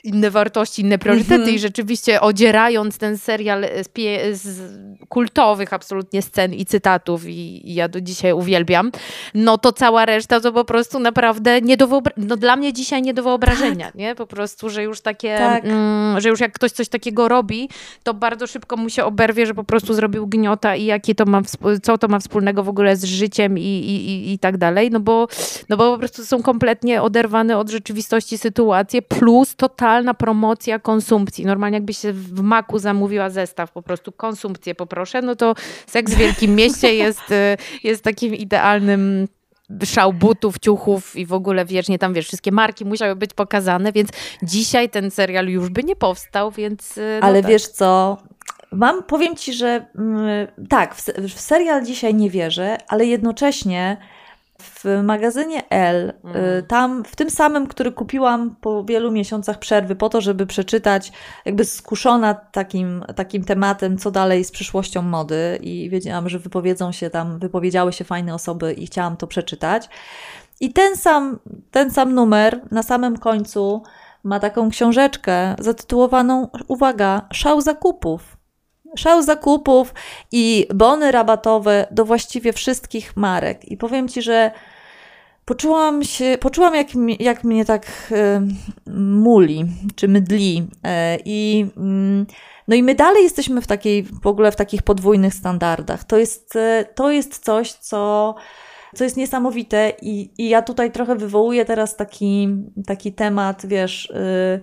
inne wartości, inne priorytety Mm-hmm. i rzeczywiście odzierając ten serial z, pie- z kultowych absolutnie scen i cytatów i, i ja do dzisiaj uwielbiam, no to cała reszta to po prostu naprawdę nie do wyobra- no dla mnie dzisiaj nie do wyobrażenia, tak. nie? Po prostu, że już takie, tak. mm, że już jak ktoś coś takiego robi, to bardzo szybko mu się oberwie, że po prostu zrobił gniota i jakie to ma, wsp- co to ma wspólnego w ogóle z życiem i, i, i, i tak dalej, no bo, no bo po prostu są kompletnie oderwane od rzeczywistości sytuacje, plus totalna promocja konsumpcji. Normalnie jakby się w Maku zamówiła zestaw, po prostu konsumpcję poproszę, no to Seks w Wielkim Mieście jest, jest takim idealnym szał butów, ciuchów i w ogóle wiecznie tam, wiesz, wszystkie marki musiały być pokazane, więc dzisiaj ten serial już by nie powstał, więc... No ale tak. wiesz co... Mam, powiem ci, że mm, tak, w, w serial dzisiaj nie wierzę, ale jednocześnie w magazynie Elle, mm. y, tam w tym samym, który kupiłam po wielu miesiącach przerwy po to, żeby przeczytać, jakby skuszona takim, takim tematem, co dalej z przyszłością mody i wiedziałam, że wypowiedzą się tam, wypowiedziały się fajne osoby i chciałam to przeczytać. I ten sam, ten sam numer na samym końcu ma taką książeczkę zatytułowaną, uwaga, Szał zakupów. Szał zakupów i bony rabatowe do właściwie wszystkich marek. I powiem ci, że poczułam się, poczułam jak, jak mnie tak y, muli, czy mydli. Y, I y, no i my dalej jesteśmy w takiej, w ogóle w takich podwójnych standardach. To jest, y, to jest coś, co, co jest niesamowite i, i ja tutaj trochę wywołuję teraz taki, taki temat, wiesz... Y,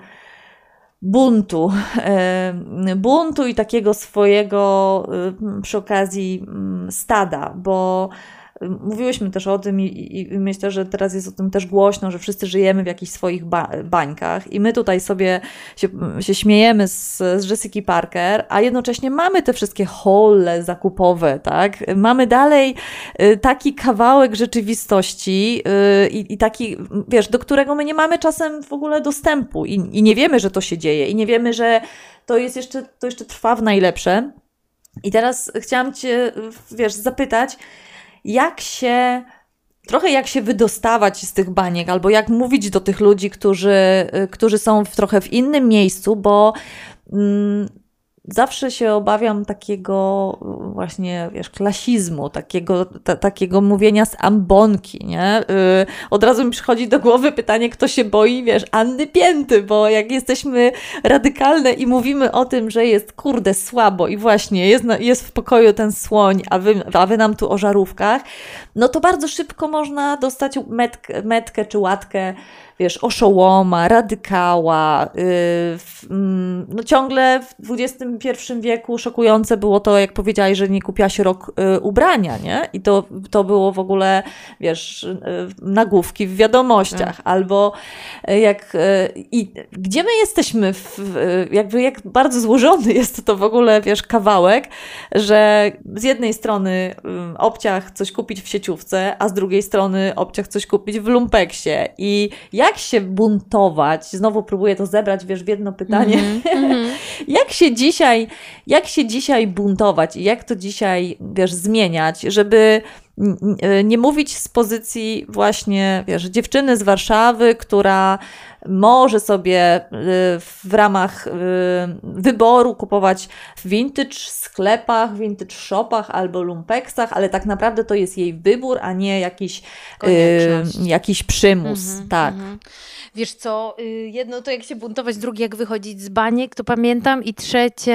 buntu, buntu i takiego swojego przy okazji stada, bo mówiłyśmy też o tym i, i myślę, że teraz jest o tym też głośno, że wszyscy żyjemy w jakichś swoich ba- bańkach i my tutaj sobie się, się śmiejemy z, z Jessiki Parker, a jednocześnie mamy te wszystkie haule zakupowe, tak? Mamy dalej taki kawałek rzeczywistości i, i taki, wiesz, do którego my nie mamy czasem w ogóle dostępu i, i nie wiemy, że to się dzieje i nie wiemy, że to jest jeszcze, to jeszcze trwa w najlepsze. I teraz chciałam cię, wiesz, zapytać, jak się, trochę jak się wydostawać z tych baniek, albo jak mówić do tych ludzi, którzy, którzy są w, trochę w innym miejscu, bo mm, zawsze się obawiam takiego właśnie, wiesz, klasizmu, takiego, ta, takiego mówienia z ambonki, nie? Yy, od razu mi przychodzi do głowy pytanie, kto się boi, wiesz, Anny Pięty, bo jak jesteśmy radykalne i mówimy o tym, że jest, kurde, słabo i właśnie jest, jest w pokoju ten słoń, a wy, a wy nam tu o żarówkach, no to bardzo szybko można dostać metkę, metkę czy łatkę, wiesz, oszołoma, radykała. Yy, no ciągle w dwudziestym pierwszym wieku szokujące było to, jak powiedziałaś, że nie kupiłaś rok yy, ubrania, nie? I to, to było w ogóle, wiesz, yy, nagłówki w wiadomościach. Mm. Albo jak... Yy, i gdzie my jesteśmy? W, yy, jakby jak bardzo złożony jest to w ogóle, wiesz, kawałek, że z jednej strony yy, obciach coś kupić w sieciówce, a z drugiej strony obciach coś kupić w lumpeksie. I jak się buntować? Znowu próbuję to zebrać, wiesz, w jedno pytanie. Mm-hmm. jak się dzisiaj, jak się dzisiaj buntować i jak to dzisiaj, wiesz, zmieniać, żeby nie mówić z pozycji właśnie, wiesz, dziewczyny z Warszawy, która może sobie w ramach wyboru kupować w vintage sklepach, vintage shopach albo lumpeksach, ale tak naprawdę to jest jej wybór, a nie jakiś, jakiś przymus. Mm-hmm, tak. Mm-hmm. Wiesz co, jedno to jak się buntować, drugie jak wychodzić z baniek, to pamiętam i trzecie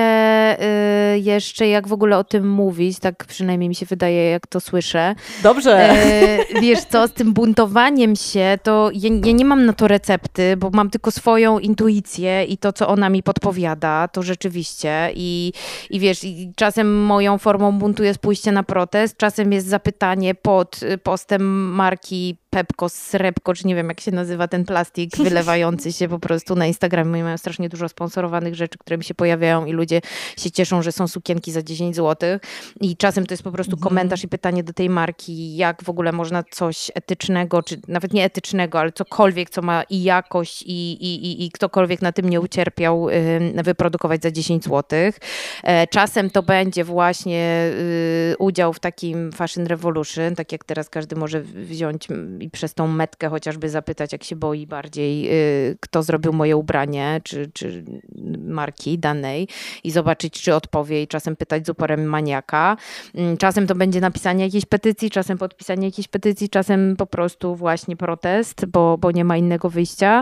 jeszcze jak w ogóle o tym mówić, tak przynajmniej mi się wydaje, jak to słyszę. Dobrze. Wiesz co, z tym buntowaniem się, to ja, ja nie mam na to recepty, bo mam tylko swoją intuicję i to, co ona mi podpowiada, to rzeczywiście i, i wiesz, i czasem moją formą buntu jest pójście na protest, czasem jest zapytanie pod postem marki Pepko, Srebko, czy nie wiem jak się nazywa ten plastik wylewający się po prostu na Instagramie. Mają strasznie dużo sponsorowanych rzeczy, które mi się pojawiają i ludzie się cieszą, że są sukienki za dziesięć złotych i czasem to jest po prostu komentarz i pytanie do tej marki, jak w ogóle można coś etycznego, czy nawet nie etycznego, ale cokolwiek, co ma i jakość i, i, i, i ktokolwiek na tym nie ucierpiał, yy, wyprodukować za dziesięć złotych. E, czasem to będzie właśnie yy, udział w takim Fashion Revolution, tak jak teraz każdy może wziąć i i przez tą metkę chociażby zapytać, jak się boi bardziej, y, kto zrobił moje ubranie, czy, czy marki danej i zobaczyć, czy odpowie i czasem pytać z uporem maniaka. Czasem to będzie napisanie jakiejś petycji, czasem podpisanie jakiejś petycji, czasem po prostu właśnie protest, bo, bo nie ma innego wyjścia.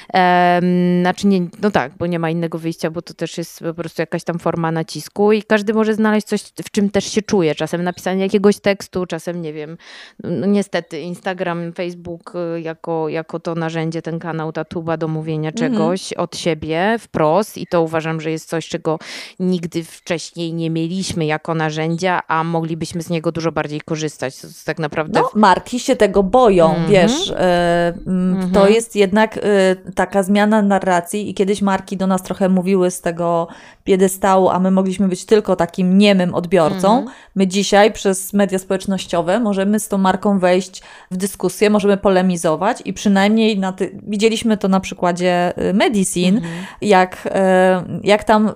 Ehm, znaczy nie, no tak, bo nie ma innego wyjścia, bo to też jest po prostu jakaś tam forma nacisku i każdy może znaleźć coś, w czym też się czuje. Czasem napisanie jakiegoś tekstu, czasem nie wiem, no niestety Instagram, Facebook jako, jako to narzędzie, ten kanał, ta tuba do mówienia czegoś mhm. od siebie wprost i to uważam, że jest coś, czego nigdy wcześniej nie mieliśmy jako narzędzia, a moglibyśmy z niego dużo bardziej korzystać. To jest tak naprawdę... No, marki się tego boją, mm-hmm. wiesz. Y, mm-hmm. To jest jednak y, taka zmiana narracji i kiedyś marki do nas trochę mówiły z tego piedestału, a my mogliśmy być tylko takim niemym odbiorcą. Mm-hmm. My dzisiaj przez media społecznościowe możemy z tą marką wejść w dyskusję, możemy polemizować i przynajmniej na ty... widzieliśmy to na przykładzie Medicine, mm-hmm. jak, y, jak tam y,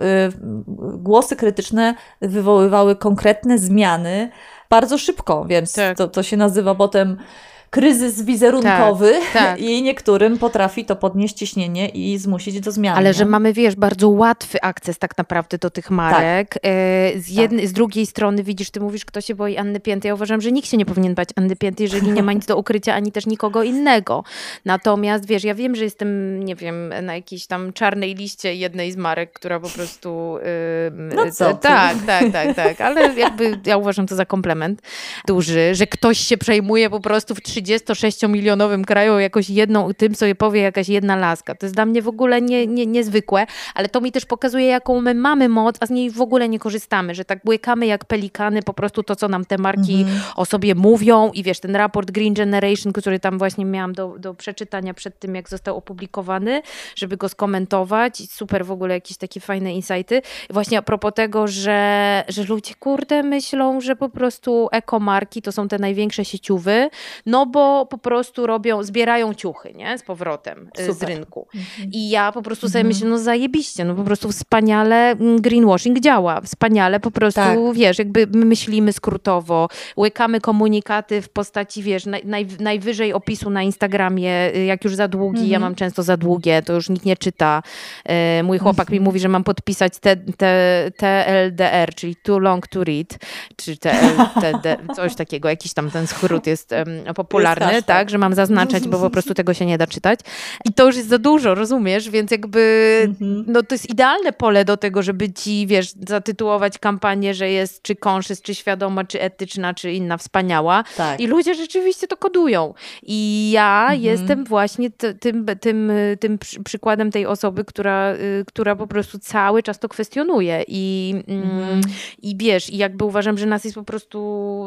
głosy krytyczne wywoływały konkretne zmiany bardzo szybko, więc tak. to, to się nazywa potem kryzys wizerunkowy tak, tak. i niektórym potrafi to podnieść ciśnienie i zmusić do zmiany. Ale nie? że mamy, wiesz, bardzo łatwy akces tak naprawdę do tych marek. Tak. Z, jednej, tak. z drugiej strony widzisz, ty mówisz, kto się boi Anny Pięty. Ja uważam, że nikt się nie powinien bać Anny Pięty, jeżeli nie ma nic do ukrycia, ani też nikogo innego. Natomiast, wiesz, ja wiem, że jestem, nie wiem, na jakiejś tam czarnej liście jednej z marek, która po prostu... Yy, no co ty? Tak, tak, tak, tak. Ale jakby ja uważam to za komplement duży, że ktoś się przejmuje po prostu w trzydziestosześciomilionowym kraju jakoś jedną, tym sobie powie jakaś jedna laska. To jest dla mnie w ogóle nie, nie, niezwykłe, ale to mi też pokazuje, jaką my mamy moc, a z niej w ogóle nie korzystamy, że tak łykamy jak pelikany po prostu to, co nam te marki mhm. o sobie mówią i wiesz, ten raport Green Generation, który tam właśnie miałam do, do przeczytania przed tym, jak został opublikowany, żeby go skomentować i super w ogóle jakieś takie fajne insighty. Właśnie a propos tego, że, że ludzie kurde myślą, że po prostu ekomarki to są te największe sieciówy, no bo po prostu robią, zbierają ciuchy, nie? Z powrotem Super. z rynku. Mhm. I ja po prostu sobie mhm. myślę, no zajebiście, no po prostu wspaniale greenwashing działa. Wspaniale po prostu, tak. wiesz, jakby my myślimy skrótowo, łykamy komunikaty w postaci, wiesz, naj, naj, najwyżej opisu na Instagramie, jak już za długi, mhm. ja mam często za długie, to już nikt nie czyta. Mój chłopak mhm. mi mówi, że mam podpisać te, te, T L D R, czyli too long to read, czy T L D, coś takiego, jakiś tam ten skrót jest um, popularny, jest tak, że mam zaznaczać, bo po prostu tego się nie da czytać. I to już jest za dużo, rozumiesz? Więc jakby mm-hmm. no to jest idealne pole do tego, żeby ci, wiesz, zatytułować kampanię, że jest czy conscious, czy świadoma, czy etyczna, czy inna wspaniała. Tak. I ludzie rzeczywiście to kodują. I ja mm-hmm. jestem właśnie t- tym, tym, tym przy- przykładem tej osoby, która, y, która po prostu cały czas to kwestionuje. I, mm-hmm. i wiesz, i jakby uważam, że nas jest po prostu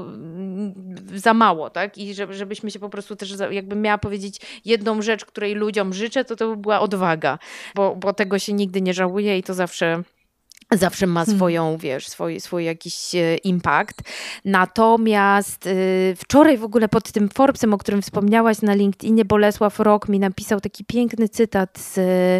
za mało, tak? I żeby, żebyśmy się po prostu też, jakbym miała powiedzieć jedną rzecz, której ludziom życzę, to to by była odwaga, bo, bo tego się nigdy nie żałuje i to zawsze zawsze ma swoją, hmm. wiesz, swój, swój jakiś e, impact. Natomiast e, wczoraj w ogóle pod tym Forbesem, o którym wspomniałaś na LinkedInie, Bolesław Rok mi napisał taki piękny cytat z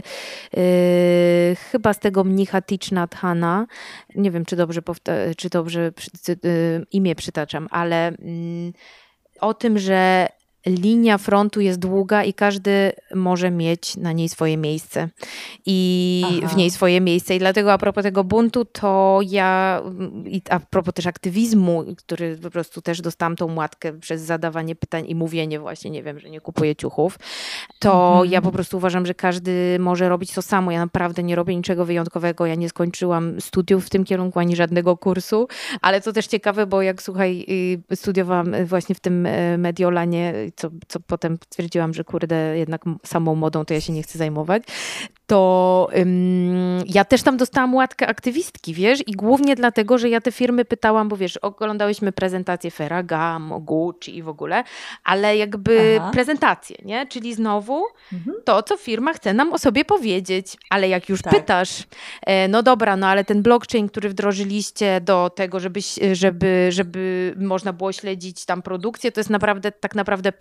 e, chyba z tego mnicha Thich Nhat Hanh. Nie wiem, czy dobrze, powta- czy dobrze przy, cy, e, imię przytaczam, ale mm, o tym, że linia frontu jest długa i każdy może mieć na niej swoje miejsce i Aha. w niej swoje miejsce. I dlatego a propos tego buntu, to ja, i a propos też aktywizmu, który po prostu też dostałam tą łatkę przez zadawanie pytań i mówienie właśnie, nie wiem, że nie kupuję ciuchów, to mhm. ja po prostu uważam, że każdy może robić to samo. Ja naprawdę nie robię niczego wyjątkowego. Ja nie skończyłam studiów w tym kierunku, ani żadnego kursu, ale to też ciekawe, bo jak słuchaj, studiowałam właśnie w tym Mediolanie, Co, co potem stwierdziłam, że kurde, jednak samą modą to ja się nie chcę zajmować, to ym, ja też tam dostałam łatkę aktywistki, wiesz, i głównie dlatego, że ja te firmy pytałam, bo wiesz, oglądałyśmy prezentację Ferragamo, Gucci i w ogóle, ale jakby Aha. prezentacje, nie? Czyli znowu mhm. to, co firma chce nam o sobie powiedzieć, ale jak już tak. pytasz, e, no dobra, no ale ten blockchain, który wdrożyliście do tego, żeby, żeby, żeby można było śledzić tam produkcję, to jest naprawdę, tak naprawdę po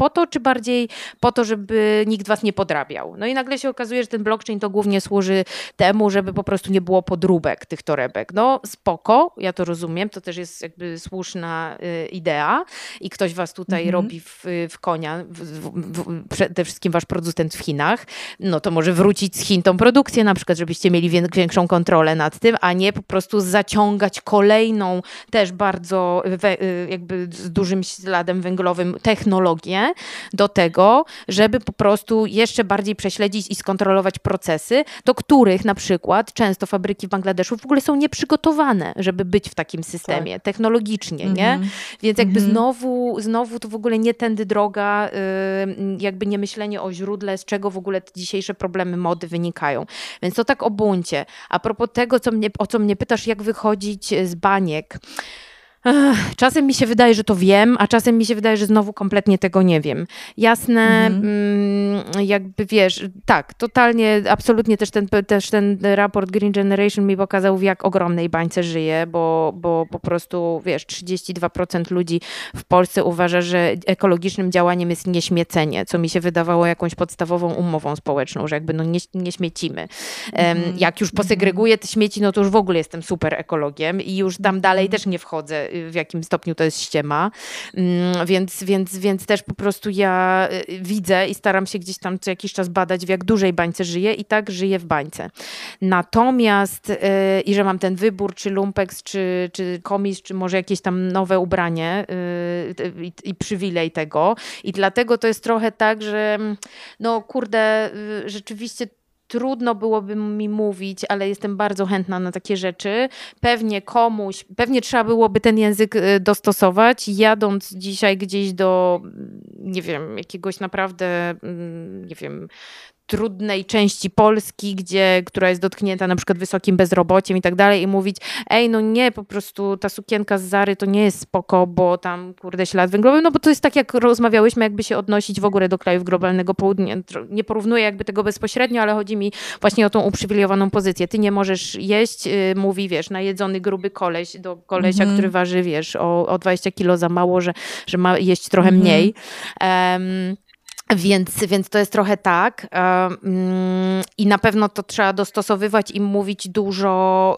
po to, czy bardziej po to, żeby nikt was nie podrabiał? No i nagle się okazuje, że ten blockchain to głównie służy temu, żeby po prostu nie było podróbek tych torebek. No spoko, ja to rozumiem, to też jest jakby słuszna y, idea i ktoś was tutaj mhm. robi w, w konia, w, w, w, przede wszystkim wasz producent w Chinach, no to może wrócić z Chin tą produkcję na przykład, żebyście mieli większą kontrolę nad tym, a nie po prostu zaciągać kolejną też bardzo we, jakby z dużym śladem węglowym technologię do tego, żeby po prostu jeszcze bardziej prześledzić i skontrolować procesy, do których na przykład często fabryki w Bangladeszu w ogóle są nieprzygotowane, żeby być w takim systemie tak. technologicznie, mm-hmm. nie? Więc jakby mm-hmm. znowu, znowu to w ogóle nie tędy droga, jakby nie myślenie o źródle, z czego w ogóle te dzisiejsze problemy mody wynikają. Więc to tak o buncie. A propos tego, co mnie, o co mnie pytasz, jak wychodzić z baniek. Czasem mi się wydaje, że to wiem, a czasem mi się wydaje, że znowu kompletnie tego nie wiem. Jasne, mhm. jakby wiesz, tak, totalnie, absolutnie też ten, też ten raport Green Generation mi pokazał, w jak ogromnej bańce żyje, bo, bo po prostu, wiesz, trzydzieści dwa procent ludzi w Polsce uważa, że ekologicznym działaniem jest nieśmiecenie, co mi się wydawało jakąś podstawową umową społeczną, że jakby no nie, nie śmiecimy. Mhm. Jak już posegreguję te śmieci, no to już w ogóle jestem super ekologiem i już tam dalej też nie wchodzę, w jakim stopniu to jest ściema, więc, więc, więc też po prostu ja widzę i staram się gdzieś tam co jakiś czas badać, w jak dużej bańce żyję i tak żyję w bańce. Natomiast yy, i że mam ten wybór, czy lumpex, czy, czy komis, czy może jakieś tam nowe ubranie yy, i, i przywilej tego i dlatego to jest trochę tak, że no kurde, yy, rzeczywiście trudno byłoby mi mówić, ale jestem bardzo chętna na takie rzeczy. Pewnie komuś, pewnie trzeba byłoby ten język dostosować. Jadąc dzisiaj gdzieś do, nie wiem, jakiegoś naprawdę, nie wiem, trudnej części Polski, gdzie, która jest dotknięta na przykład wysokim bezrobociem i tak dalej i mówić, ej, no nie, po prostu ta sukienka z Zary to nie jest spoko, bo tam, kurde, ślad węglowy, no bo to jest tak, jak rozmawiałyśmy, jakby się odnosić w ogóle do krajów globalnego południa. Nie porównuję jakby tego bezpośrednio, ale chodzi mi właśnie o tą uprzywilejowaną pozycję. Ty nie możesz jeść, yy, mówi, wiesz, najedzony gruby koleś do kolesia, mm-hmm. który waży, wiesz, o, o dwadzieścia kilo za mało, że, że ma jeść trochę mm-hmm. mniej. Um, Więc, więc to jest trochę tak um, i na pewno to trzeba dostosowywać i mówić dużo,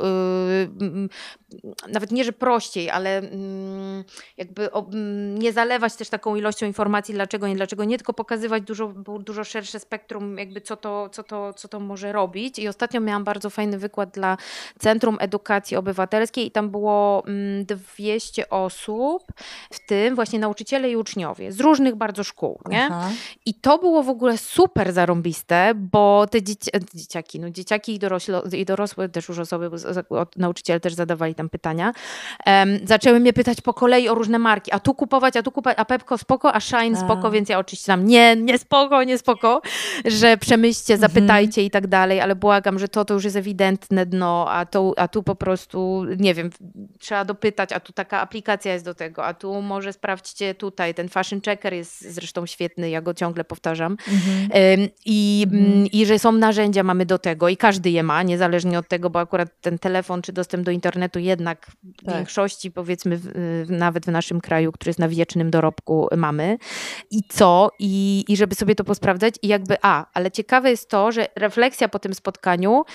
yy, nawet nie, że prościej, ale yy, jakby o, yy, nie zalewać też taką ilością informacji, dlaczego nie, dlaczego nie, tylko pokazywać dużo, dużo szersze spektrum, jakby co to, co to, co to może robić. I ostatnio miałam bardzo fajny wykład dla Centrum Edukacji Obywatelskiej i tam było yy, dwieście osób, w tym właśnie nauczyciele i uczniowie z różnych bardzo szkół, nie? Aha. I to było w ogóle super zarąbiste, bo te dzieci, dzieciaki, no dzieciaki i, dorośle, i dorosłe też już osoby, bo nauczyciele też zadawali tam pytania, um, zaczęły mnie pytać po kolei o różne marki, a tu kupować, a tu kupować, a Pepko spoko, a Shine spoko, a. Więc ja oczywiście tam nie, nie spoko, nie spoko, że przemyślcie, zapytajcie mhm. i tak dalej, ale błagam, że to, to już jest ewidentne dno, a, to, a tu po prostu, nie wiem, trzeba dopytać, a tu taka aplikacja jest do tego, a tu może sprawdźcie tutaj, ten fashion checker jest zresztą świetny, ja go ciągle powtarzam. Mm-hmm. I, mm-hmm. I że są narzędzia, mamy do tego i każdy je ma, niezależnie od tego, bo akurat ten telefon czy dostęp do internetu jednak w tak. większości, powiedzmy w, nawet w naszym kraju, który jest na wiecznym dorobku, mamy. I co? I, i żeby sobie to posprawdzać i jakby, a, ale ciekawe jest to, że refleksja po tym spotkaniu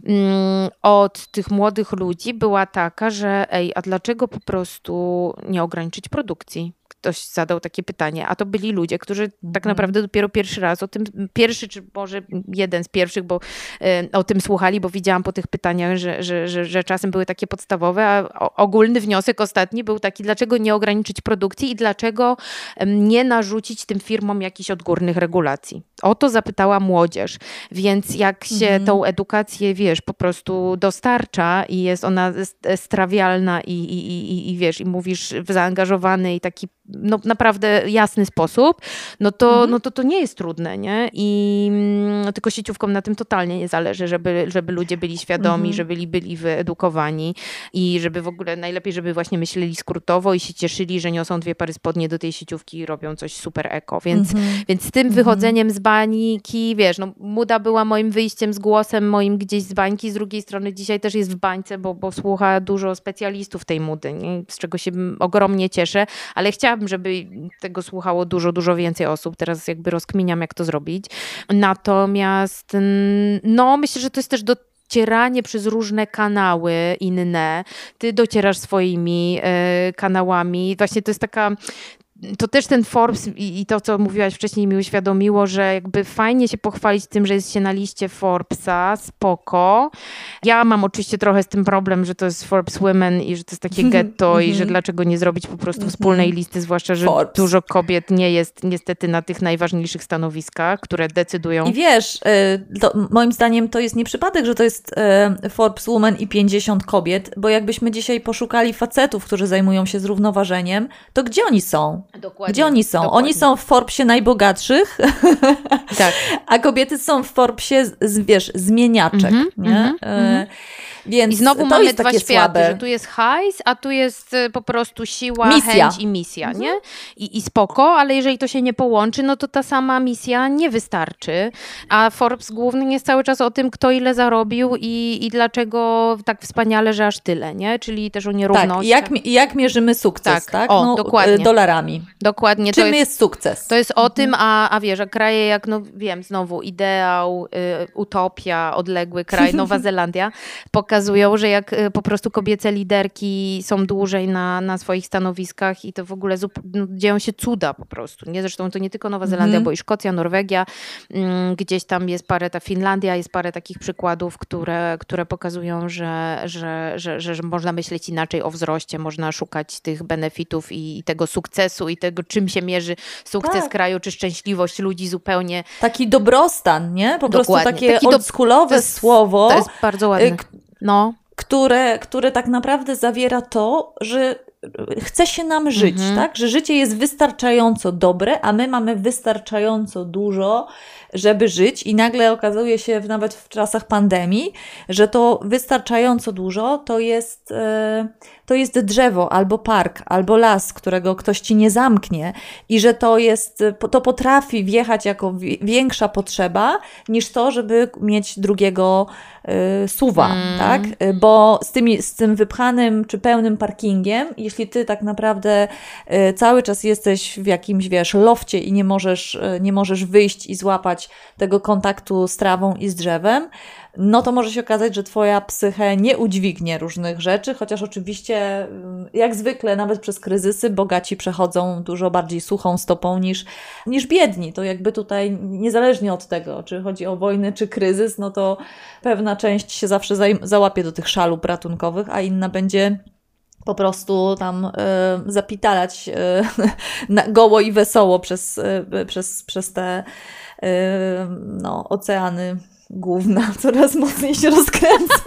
mm, od tych młodych ludzi była taka, że ej, a dlaczego po prostu nie ograniczyć produkcji? Ktoś zadał takie pytanie, a to byli ludzie, którzy mm. tak naprawdę dopiero pierwszy raz o tym, pierwszy czy może jeden z pierwszych, bo y, o tym słuchali, bo widziałam po tych pytaniach, że, że, że, że czasem były takie podstawowe, a ogólny wniosek ostatni był taki, dlaczego nie ograniczyć produkcji i dlaczego y, nie narzucić tym firmom jakichś odgórnych regulacji. O to zapytała młodzież, więc jak się mm. tą edukację, wiesz, po prostu dostarcza i jest ona strawialna i, i, i, i wiesz, i mówisz w zaangażowany i taki no naprawdę jasny sposób, no to, mhm. no to to nie jest trudne, nie? I, tylko sieciówkom na tym totalnie nie zależy, żeby, żeby ludzie byli świadomi, mhm. żeby byli, byli wyedukowani i żeby w ogóle najlepiej, żeby właśnie myśleli skrótowo i się cieszyli, że niosą dwie pary spodnie do tej sieciówki i robią coś super eko. Więc, mhm. więc z tym wychodzeniem z bańki, wiesz, no Muda była moim wyjściem z głosem, moim gdzieś z bańki, z drugiej strony dzisiaj też jest w bańce, bo, bo słucha dużo specjalistów tej Mudy, nie? Z czego się ogromnie cieszę, ale chciałabym, żeby tego słuchało dużo, dużo więcej osób. Teraz jakby rozkminiam, jak to zrobić. Natomiast no myślę, że to jest też do docieranie przez różne kanały inne. Ty docierasz swoimi y, kanałami. Właśnie to jest taka... To też ten Forbes i, i to, co mówiłaś wcześniej, mi uświadomiło, że jakby fajnie się pochwalić tym, że jest się na liście Forbesa, spoko. Ja mam oczywiście trochę z tym problem, że to jest Forbes Women i że to jest takie getto i że dlaczego nie zrobić po prostu wspólnej listy, zwłaszcza, że Forbes. Dużo kobiet nie jest niestety na tych najważniejszych stanowiskach, które decydują. I wiesz, to, moim zdaniem to jest nie przypadek, że to jest Forbes Women i pięćdziesiąt kobiet, bo jakbyśmy dzisiaj poszukali facetów, którzy zajmują się zrównoważeniem, to gdzie oni są? Dokładnie, Gdzie oni są? Dokładnie. Oni są w Forbesie najbogatszych, tak. a kobiety są w Forbesie, z, wiesz, zmieniaczek. Mm-hmm, nie? Mm-hmm. Więc I znowu to mamy jest dwa takie światy, słabe. że tu jest hajs, a tu jest po prostu siła, misja. chęć i misja, mhm. nie? I, I spoko, ale jeżeli to się nie połączy, no to ta sama misja nie wystarczy. A Forbes główny jest cały czas o tym, kto ile zarobił i, i dlaczego tak wspaniale, że aż tyle, nie? Czyli też o nierówności. Tak, i jak, jak mierzymy sukces, tak? tak? O, no, dokładnie. Dolarami. Dokładnie. Czym to jest, jest sukces? To jest o mhm. tym, a, a wiesz, a kraje jak, no wiem, znowu ideał, y, utopia, odległy kraj, Nowa Zelandia, pokazują, że jak po prostu kobiece liderki są dłużej na, na swoich stanowiskach i to w ogóle zup- no, dzieją się cuda po prostu. Nie? Zresztą to nie tylko Nowa Zelandia, mm. bo i Szkocja, Norwegia, mm, gdzieś tam jest parę, ta Finlandia, jest parę takich przykładów, które, które pokazują, że, że, że, że, że można myśleć inaczej o wzroście, można szukać tych benefitów i, i tego sukcesu i tego, czym się mierzy sukces tak. kraju, czy szczęśliwość ludzi zupełnie. Taki dobrostan, nie? Po Dokładnie. prostu takie Taki oldschoolowe do... to jest, słowo. To jest bardzo ładne. No. Które, które tak naprawdę zawiera to, że chce się nam żyć, mhm. tak? Że życie jest wystarczająco dobre, a my mamy wystarczająco dużo, żeby żyć i nagle okazuje się nawet w czasach pandemii, że to wystarczająco dużo to jest, to jest drzewo, albo park, albo las, którego ktoś ci nie zamknie i że to jest, to potrafi wjechać jako większa potrzeba niż to, żeby mieć drugiego suwa, mm. tak? Bo z, tymi, z tym wypchanym czy pełnym parkingiem, jeśli ty tak naprawdę cały czas jesteś w jakimś, wiesz, lofcie i nie możesz, nie możesz wyjść i złapać tego kontaktu z trawą i z drzewem, no to może się okazać, że twoja psyche nie udźwignie różnych rzeczy, chociaż oczywiście jak zwykle nawet przez kryzysy bogaci przechodzą dużo bardziej suchą stopą niż, niż biedni. To jakby tutaj niezależnie od tego, czy chodzi o wojnę, czy kryzys, no to pewna część się zawsze załapie do tych szalub ratunkowych, a inna będzie po prostu tam y, zapitalać y, na goło i wesoło przez, y, przez, przez te y, no, oceany główne, coraz mocniej się rozkręcą.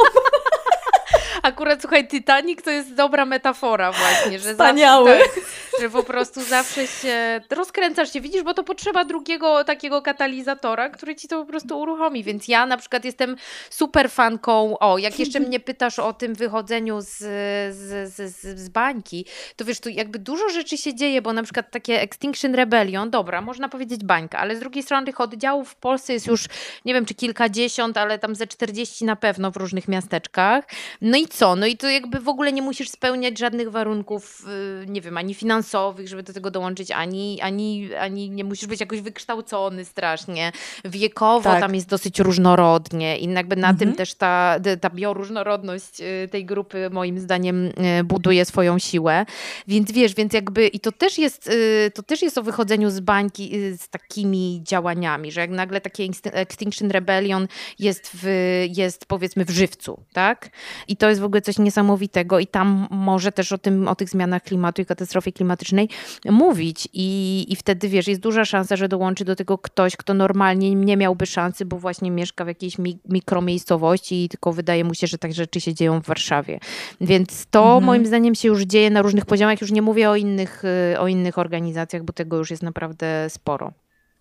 Akurat, słuchaj, Titanic to jest dobra metafora właśnie, że Wspaniały. Zawsze, tak, że po prostu zawsze się rozkręcasz się, widzisz, bo to potrzeba drugiego takiego katalizatora, który ci to po prostu uruchomi, więc ja na przykład jestem super fanką, o, jak jeszcze mnie pytasz o tym wychodzeniu z, z, z, z bańki, to wiesz, tu jakby dużo rzeczy się dzieje, bo na przykład takie Extinction Rebellion, dobra, można powiedzieć bańka, ale z drugiej strony tych oddziałów w Polsce jest już, nie wiem, czy kilkadziesiąt, ale tam ze czterdzieści na pewno w różnych miasteczkach, no i co? No i to jakby w ogóle nie musisz spełniać żadnych warunków, nie wiem, ani finansowych, żeby do tego dołączyć, ani, ani, ani nie musisz być jakoś wykształcony strasznie. Wiekowo tak. Tam jest dosyć różnorodnie i jakby na mhm. tym też ta, ta bioróżnorodność tej grupy moim zdaniem buduje swoją siłę. Więc wiesz, więc jakby i to też jest, to też jest o wychodzeniu z bańki z takimi działaniami, że jak nagle takie Extinction Rebellion jest, w, jest powiedzmy w żywcu, tak? I to jest w ogóle coś niesamowitego i tam może też o tym, o tych zmianach klimatu i katastrofie klimatycznej mówić i, i wtedy, wiesz, jest duża szansa, że dołączy do tego ktoś, kto normalnie nie miałby szansy, bo właśnie mieszka w jakiejś mi- mikromiejscowości i tylko wydaje mu się, że tak rzeczy się dzieją w Warszawie. Więc to mhm. moim zdaniem się już dzieje na różnych poziomach, już nie mówię o innych, o innych organizacjach, bo tego już jest naprawdę sporo.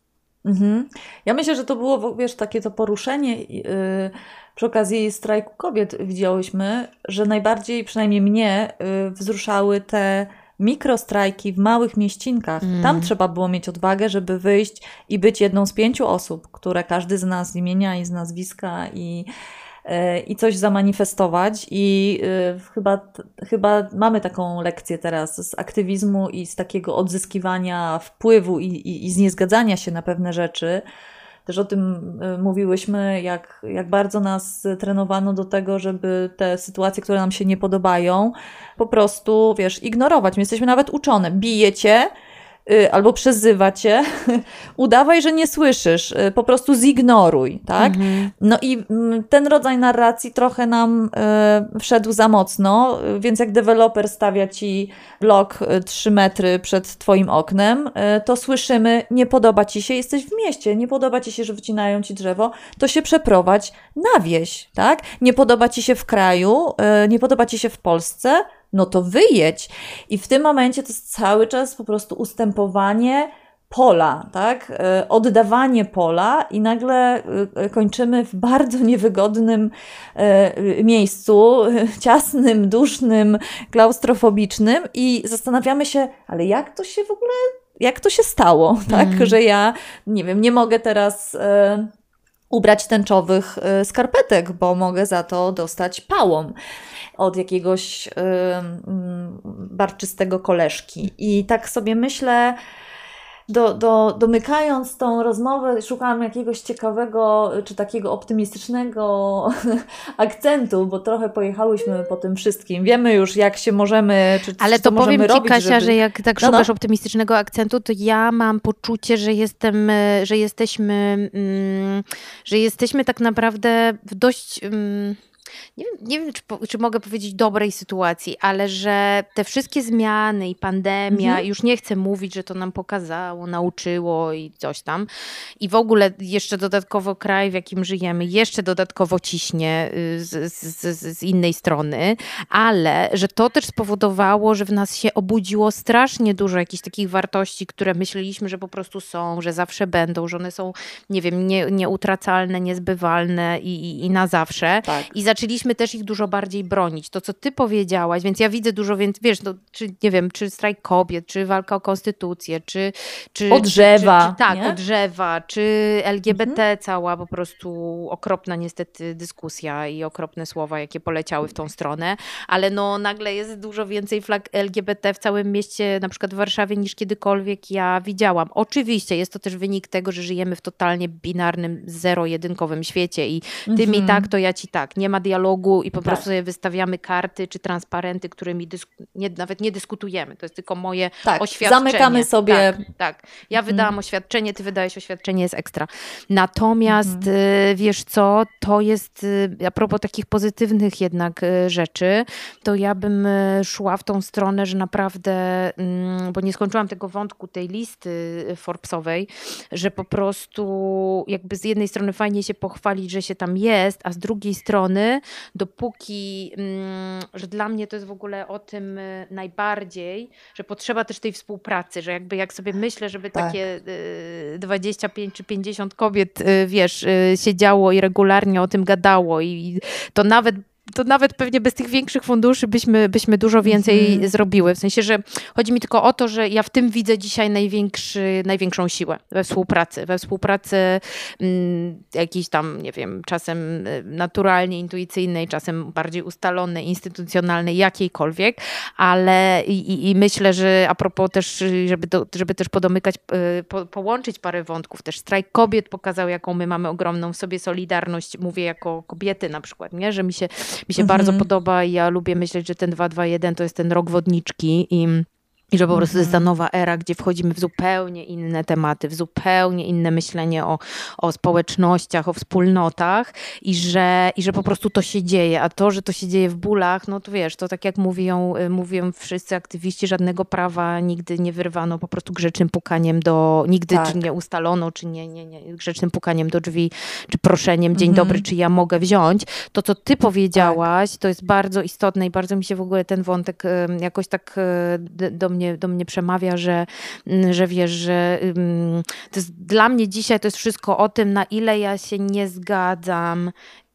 Mhm. Ja myślę, że to było, wiesz, takie to poruszenie yy, przy okazji strajku kobiet widziałyśmy, że najbardziej, przynajmniej mnie, yy, wzruszały te mikrostrajki w małych mieścinkach. Mm. Tam trzeba było mieć odwagę, żeby wyjść i być jedną z pięciu osób, które każdy z nas z imienia i z nazwiska i i coś zamanifestować i y, chyba, chyba mamy taką lekcję teraz z aktywizmu i z takiego odzyskiwania wpływu i, i, i z niezgadzania się na pewne rzeczy. Też o tym y, mówiłyśmy, jak, jak bardzo nas trenowano do tego, żeby te sytuacje, które nam się nie podobają, po prostu, wiesz, ignorować. My jesteśmy nawet uczone. Bije cię, albo przezywa cię, udawaj, że nie słyszysz, po prostu zignoruj, tak? Mhm. No i ten rodzaj narracji trochę nam y, wszedł za mocno, więc jak deweloper stawia ci blok trzy metry przed twoim oknem, y, to słyszymy, nie podoba ci się, jesteś w mieście, nie podoba ci się, że wycinają ci drzewo, to się przeprowadź na wieś, tak? Nie podoba ci się w kraju, y, nie podoba ci się w Polsce, no to wyjedź. I w tym momencie to jest cały czas po prostu ustępowanie pola, tak? Oddawanie pola i nagle kończymy w bardzo niewygodnym miejscu, ciasnym, dusznym, klaustrofobicznym i zastanawiamy się, ale jak to się w ogóle, jak to się stało, tak? Mm. Że ja, nie wiem, nie mogę teraz ubrać tęczowych skarpetek, bo mogę za to dostać pałą od jakiegoś y, y, barczystego koleżki. I tak sobie myślę, do, do, domykając tą rozmowę, szukałam jakiegoś ciekawego, czy takiego optymistycznego akcentu, bo trochę pojechałyśmy po tym wszystkim. Wiemy już, jak się możemy, czy Ale co to możemy powiem Ci, robić, Kasia, żeby... że jak tak no, szukasz no. optymistycznego akcentu, to ja mam poczucie, że jestem, że jesteśmy, mm, że jesteśmy tak naprawdę w dość... Mm, Nie wiem, nie wiem czy, czy mogę powiedzieć dobrej sytuacji, ale że te wszystkie zmiany i pandemia, mhm. już nie chcę mówić, że to nam pokazało, nauczyło i coś tam. I w ogóle jeszcze dodatkowo kraj, w jakim żyjemy, jeszcze dodatkowo ciśnie z, z, z innej strony, ale że to też spowodowało, że w nas się obudziło strasznie dużo jakichś takich wartości, które myśleliśmy, że po prostu są, że zawsze będą, że one są, nie wiem, nie, nieutracalne, niezbywalne i, i, i na zawsze. Tak. I zaczęliśmy też ich dużo bardziej bronić. To, co ty powiedziałaś, więc ja widzę dużo więcej, wiesz, no, czy nie wiem, czy strajk kobiet, czy walka o konstytucję, czy... czy o drzewa. Czy, czy, tak, nie? o drzewa, czy L G B T, mhm. cała po prostu okropna niestety dyskusja i okropne słowa, jakie poleciały w tą stronę, ale no nagle jest dużo więcej flag L G B T w całym mieście, na przykład w Warszawie, niż kiedykolwiek ja widziałam. Oczywiście jest to też wynik tego, że żyjemy w totalnie binarnym, zero-jedynkowym świecie i ty mhm. mi tak, to ja ci tak. Nie ma dialogu i po tak. prostu sobie wystawiamy karty czy transparenty, którymi dysk- nie, nawet nie dyskutujemy. To jest tylko moje tak. oświadczenie. Zamykamy sobie. Tak, tak. Ja wydałam mhm. oświadczenie, ty wydałeś oświadczenie, jest ekstra. Natomiast mhm. y, wiesz co, to jest y, a propos takich pozytywnych jednak y, rzeczy, to ja bym y, szła w tą stronę, że naprawdę, y, bo nie skończyłam tego wątku, tej listy Forbesowej, że po prostu jakby z jednej strony fajnie się pochwalić, że się tam jest, a z drugiej strony dopóki, że dla mnie to jest w ogóle o tym najbardziej, że potrzeba też tej współpracy, że jakby jak sobie myślę, żeby tak. takie dwadzieścia pięć czy pięćdziesiąt kobiet, wiesz, siedziało i regularnie o tym gadało i to nawet to nawet pewnie bez tych większych funduszy byśmy, byśmy dużo więcej mm. zrobiły. W sensie, że chodzi mi tylko o to, że ja w tym widzę dzisiaj największy, największą siłę we współpracy. We współpracy mm, jakiejś tam, nie wiem, czasem naturalnie intuicyjnej, czasem bardziej ustalonej, instytucjonalnej, jakiejkolwiek, ale i, i myślę, że a propos też, żeby, do, żeby też podomykać, po, połączyć parę wątków, też strajk kobiet pokazał, jaką my mamy ogromną w sobie solidarność, mówię jako kobiety na przykład, nie? Że mi się Mi się mhm. bardzo podoba i ja lubię myśleć, że ten dwa dwa jeden to jest ten rok wodniczki i I że po prostu jest ta nowa era, gdzie wchodzimy w zupełnie inne tematy, w zupełnie inne myślenie o, o społecznościach, o wspólnotach i że, i że po prostu to się dzieje. A to, że to się dzieje w bólach, no to wiesz, to tak jak mówią, mówią wszyscy aktywiści, żadnego prawa nigdy nie wyrwano po prostu grzecznym pukaniem do, nigdy tak. czy nie ustalono, czy nie, nie, nie, grzecznym pukaniem do drzwi, czy proszeniem, dzień mhm. dobry, czy ja mogę wziąć. To, co ty powiedziałaś, tak. to jest bardzo istotne i bardzo mi się w ogóle ten wątek jakoś tak do mnie mnie, do mnie przemawia, że, że wiesz, że um, to jest, dla mnie dzisiaj to jest wszystko o tym, na ile ja się nie zgadzam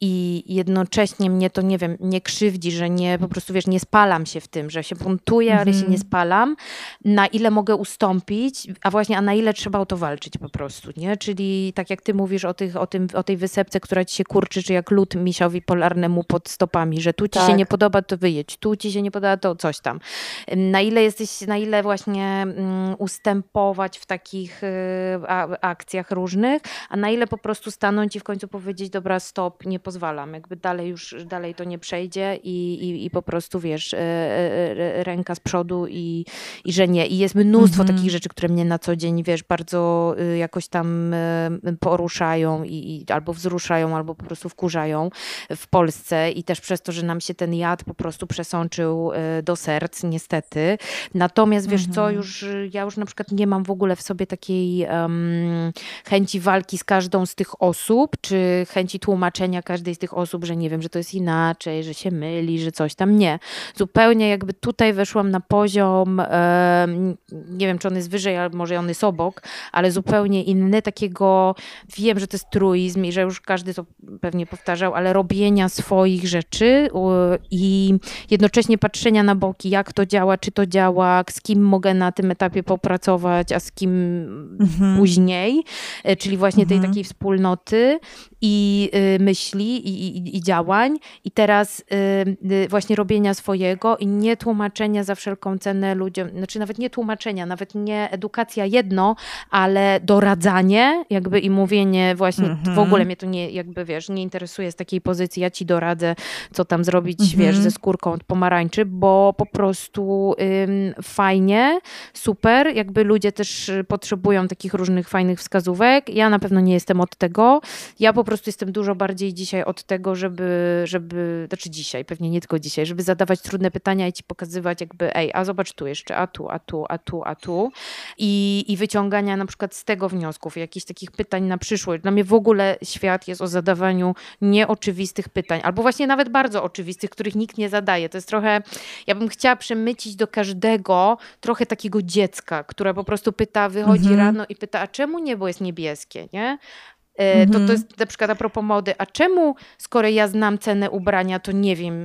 i jednocześnie mnie to, nie wiem, nie krzywdzi, że nie, po prostu, wiesz, nie spalam się w tym, że się buntuję, ale się nie spalam, na ile mogę ustąpić, a właśnie, a na ile trzeba o to walczyć po prostu, nie? Czyli tak jak ty mówisz o, tych, o, tym, o tej wysepce, która ci się kurczy, czy jak lód misiowi polarnemu pod stopami, że tu ci tak. się nie podoba, to wyjedź, tu ci się nie podoba, to coś tam. Na ile jesteś, na ile właśnie um, ustępować w takich y, a, akcjach różnych, a na ile po prostu stanąć i w końcu powiedzieć, dobra, stop, nie pozwalam, jakby dalej już, dalej to nie przejdzie i, i, i po prostu, wiesz, ręka z przodu i, i że nie. I jest mnóstwo mm-hmm. takich rzeczy, które mnie na co dzień, wiesz, bardzo jakoś tam poruszają i, i albo wzruszają, albo po prostu wkurzają w Polsce i też przez to, że nam się ten jad po prostu przesączył do serc, niestety. Natomiast wiesz mm-hmm. co, już ja już na przykład nie mam w ogóle w sobie takiej um, chęci walki z każdą z tych osób, czy chęci tłumaczenia każdej z tych osób, że nie wiem, że to jest inaczej, że się myli, że coś tam. Nie. Zupełnie jakby tutaj weszłam na poziom, e, nie wiem, czy on jest wyżej, albo może on jest obok, ale zupełnie inny, takiego, wiem, że to jest truizm i że już każdy to pewnie powtarzał, ale robienia swoich rzeczy u, i jednocześnie patrzenia na boki, jak to działa, czy to działa, z kim mogę na tym etapie popracować, a z kim mhm. później, e, czyli właśnie tej mhm. takiej wspólnoty i y, myśli i, i, i działań i teraz y, y, właśnie robienia swojego i nie tłumaczenia za wszelką cenę ludziom, znaczy nawet nie tłumaczenia, nawet nie edukacja jedno, ale doradzanie jakby i mówienie właśnie, mm-hmm. w ogóle mnie to nie, jakby wiesz, nie interesuje z takiej pozycji, ja ci doradzę, co tam zrobić, mm-hmm. wiesz, ze skórką od pomarańczy, bo po prostu ym, fajnie, super, jakby ludzie też potrzebują takich różnych fajnych wskazówek, ja na pewno nie jestem od tego, ja po prostu jestem dużo bardziej dzisiaj od tego, żeby, żeby, znaczy dzisiaj, pewnie nie tylko dzisiaj, żeby zadawać trudne pytania i ci pokazywać jakby, ej, a zobacz tu jeszcze, a tu, a tu, a tu, a tu i, i wyciągania na przykład z tego wniosków, jakichś takich pytań na przyszłość. Dla mnie w ogóle świat jest o zadawaniu nieoczywistych pytań, albo właśnie nawet bardzo oczywistych, których nikt nie zadaje. To jest trochę, ja bym chciała przemycić do każdego trochę takiego dziecka, które po prostu pyta, wychodzi mhm. rano i pyta, a czemu niebo jest niebieskie, nie? To, to jest na przykład a propos mody. A czemu, skoro ja znam cenę ubrania, to nie wiem,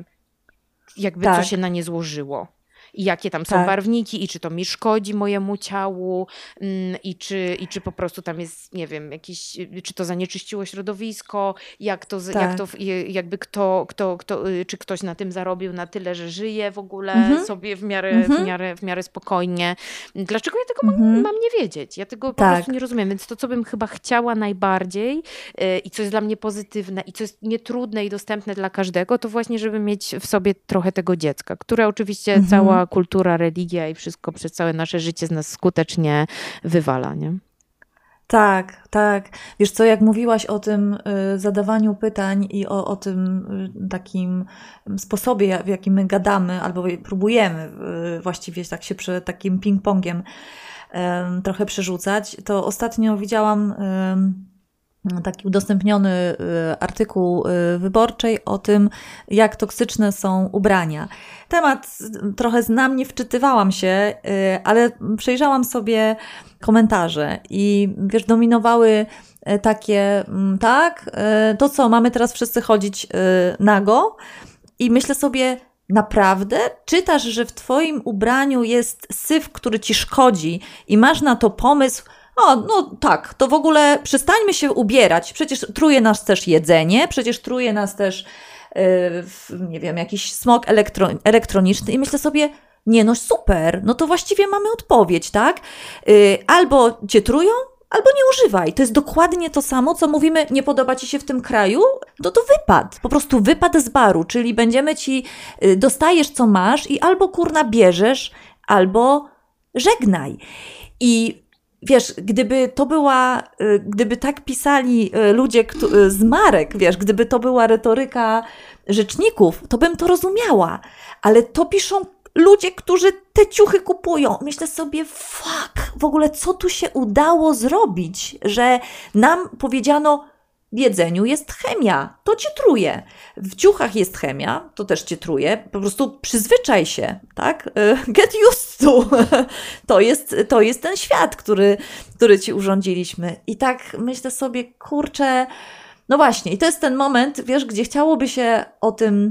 jakby tak. co się na nie złożyło? I jakie tam są tak. barwniki, i czy to mi szkodzi mojemu ciału, i czy, i czy po prostu tam jest, nie wiem, jakiś, czy to zanieczyściło środowisko, jak to, tak. jak to jakby kto, kto, kto, czy ktoś na tym zarobił na tyle, że żyje w ogóle mhm. sobie w miarę, mhm. w, miarę, w miarę spokojnie. Dlaczego ja tego mhm. mam, mam nie wiedzieć? Ja tego po tak. prostu nie rozumiem. Więc to, co bym chyba chciała najbardziej yy, i co jest dla mnie pozytywne i co jest nietrudne i dostępne dla każdego, to właśnie, żeby mieć w sobie trochę tego dziecka, które oczywiście mhm. cała kultura, religia i wszystko przez całe nasze życie z nas skutecznie wywala, nie? Tak, tak. Wiesz co, jak mówiłaś o tym y, zadawaniu pytań i o, o tym y, takim sposobie, w jakim my gadamy albo próbujemy y, właściwie tak się przy takim ping-pongiem y, trochę przerzucać, to ostatnio widziałam y, taki udostępniony artykuł Wyborczej o tym, jak toksyczne są ubrania. Temat trochę znam, nie wczytywałam się, ale przejrzałam sobie komentarze i wiesz, dominowały takie, tak, to co, mamy teraz wszyscy chodzić nago? I myślę sobie, naprawdę? Czytasz, że w twoim ubraniu jest syf, który ci szkodzi i masz na to pomysł, o, no tak, to w ogóle przestańmy się ubierać. Przecież truje nas też jedzenie, przecież truje nas też, yy, nie wiem, jakiś smog elektro, elektroniczny. I myślę sobie, nie no super, no to właściwie mamy odpowiedź, tak? Yy, albo cię trują, albo nie używaj. To jest dokładnie to samo, co mówimy, nie podoba ci się w tym kraju, no to wypad. Po prostu wypad z baru, czyli będziemy ci, yy, dostajesz co masz i albo kurna bierzesz, albo żegnaj. I wiesz, gdyby to była, gdyby tak pisali ludzie z marek, wiesz, gdyby to była retoryka rzeczników, to bym to rozumiała. Ale to piszą ludzie, którzy te ciuchy kupują. Myślę sobie, fuck, w ogóle co tu się udało zrobić, że nam powiedziano, W jedzeniu jest chemia, to cię truje. W ciuchach jest chemia, to też cię truje. Po prostu przyzwyczaj się, tak? Get used to. To jest, to jest ten świat, który, który ci urządziliśmy. I tak myślę sobie, kurczę, no właśnie. I to jest ten moment, wiesz, gdzie chciałoby się o tym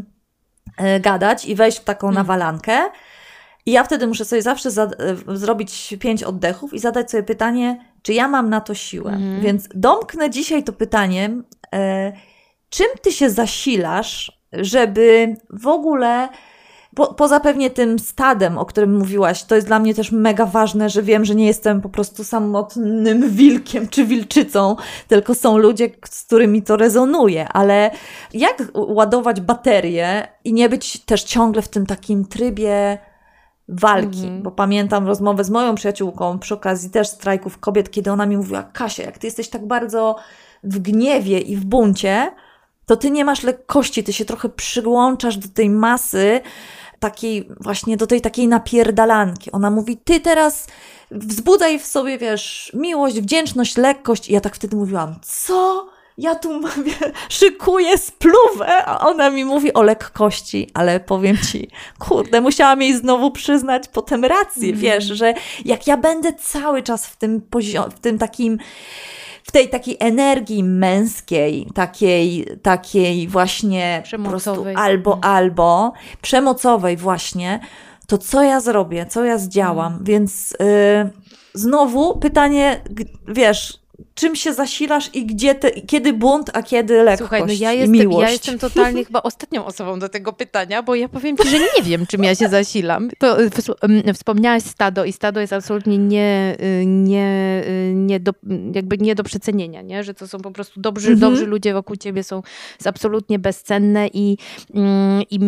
gadać i wejść w taką nawalankę. I ja wtedy muszę sobie zawsze za- zrobić pięć oddechów i zadać sobie pytanie, czy ja mam na to siłę. Mhm. Więc domknę dzisiaj to pytaniem, e, czym ty się zasilasz, żeby w ogóle, po, poza pewnie tym stadem, o którym mówiłaś, to jest dla mnie też mega ważne, że wiem, że nie jestem po prostu samotnym wilkiem czy wilczycą, tylko są ludzie, z którymi to rezonuje, ale jak ładować baterię i nie być też ciągle w tym takim trybie walki, mhm. bo pamiętam rozmowę z moją przyjaciółką przy okazji też strajków kobiet, kiedy ona mi mówiła, Kasia, jak ty jesteś tak bardzo w gniewie i w buncie, to ty nie masz lekkości, ty się trochę przyłączasz do tej masy, takiej właśnie do tej takiej napierdalanki. Ona mówi, ty teraz wzbudzaj w sobie, wiesz, miłość, wdzięczność, lekkość. I ja tak wtedy mówiłam, co? Ja tu mówię, szykuję spluwę, a ona mi mówi o lekkości, ale powiem ci, kurde, musiałam jej znowu przyznać potem rację, mm. wiesz, że jak ja będę cały czas w tym poziomie, w tym takim, w tej takiej energii męskiej, takiej, takiej właśnie po prostu albo, mm. albo, przemocowej właśnie, to co ja zrobię, co ja zdziałam, mm. więc yy, znowu pytanie, wiesz, czym się zasilasz i gdzie te, kiedy bunt, a kiedy lekkość. Słuchaj, no ja i jestem, miłość. Ja jestem totalnie chyba ostatnią osobą do tego pytania, bo ja powiem ci, że nie wiem, czym ja się zasilam. To wspomniałaś stado i stado jest absolutnie nie, nie, nie, do, jakby nie do przecenienia, nie? Że to są po prostu dobrzy, mhm. dobrzy ludzie wokół ciebie, są absolutnie bezcenne i, i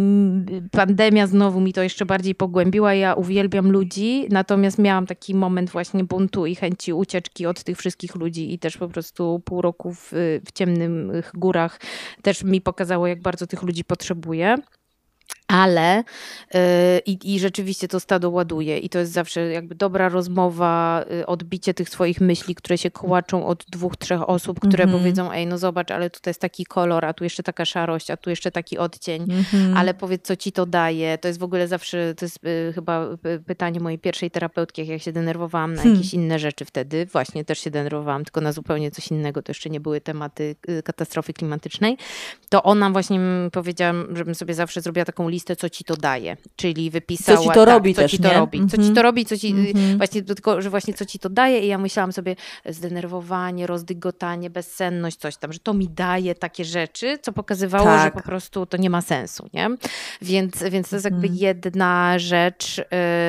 pandemia znowu mi to jeszcze bardziej pogłębiła. Ja uwielbiam ludzi, natomiast miałam taki moment właśnie buntu i chęci ucieczki od tych wszystkich ludzi i też po prostu pół roku w, w ciemnych górach też mi pokazało, jak bardzo tych ludzi potrzebuję. Ale yy, i rzeczywiście to stado ładuje i to jest zawsze jakby dobra rozmowa, yy, odbicie tych swoich myśli, które się kołaczą od dwóch, trzech osób, które mm-hmm. powiedzą, ej, no zobacz, ale tutaj jest taki kolor, a tu jeszcze taka szarość, a tu jeszcze taki odcień, mm-hmm. ale powiedz, co ci to daje. To jest w ogóle zawsze, to jest yy, chyba pytanie mojej pierwszej terapeutki, jak się denerwowałam na jakieś hmm. inne rzeczy wtedy, właśnie też się denerwowałam, tylko na zupełnie coś innego, to jeszcze nie były tematy yy, katastrofy klimatycznej, to ona właśnie powiedziała, żebym sobie zawsze zrobiła taką listę, co ci to daje, czyli wypisała, co ci to tak, robi co też, ci to nie? robi, Mm-hmm. co ci to robi, co ci, mm-hmm. właśnie tylko, że właśnie co ci to daje i ja myślałam sobie zdenerwowanie, rozdygotanie, bezsenność, coś tam, że to mi daje takie rzeczy, co pokazywało, tak. że po prostu to nie ma sensu, nie? Więc, więc to jest jakby mm. jedna rzecz.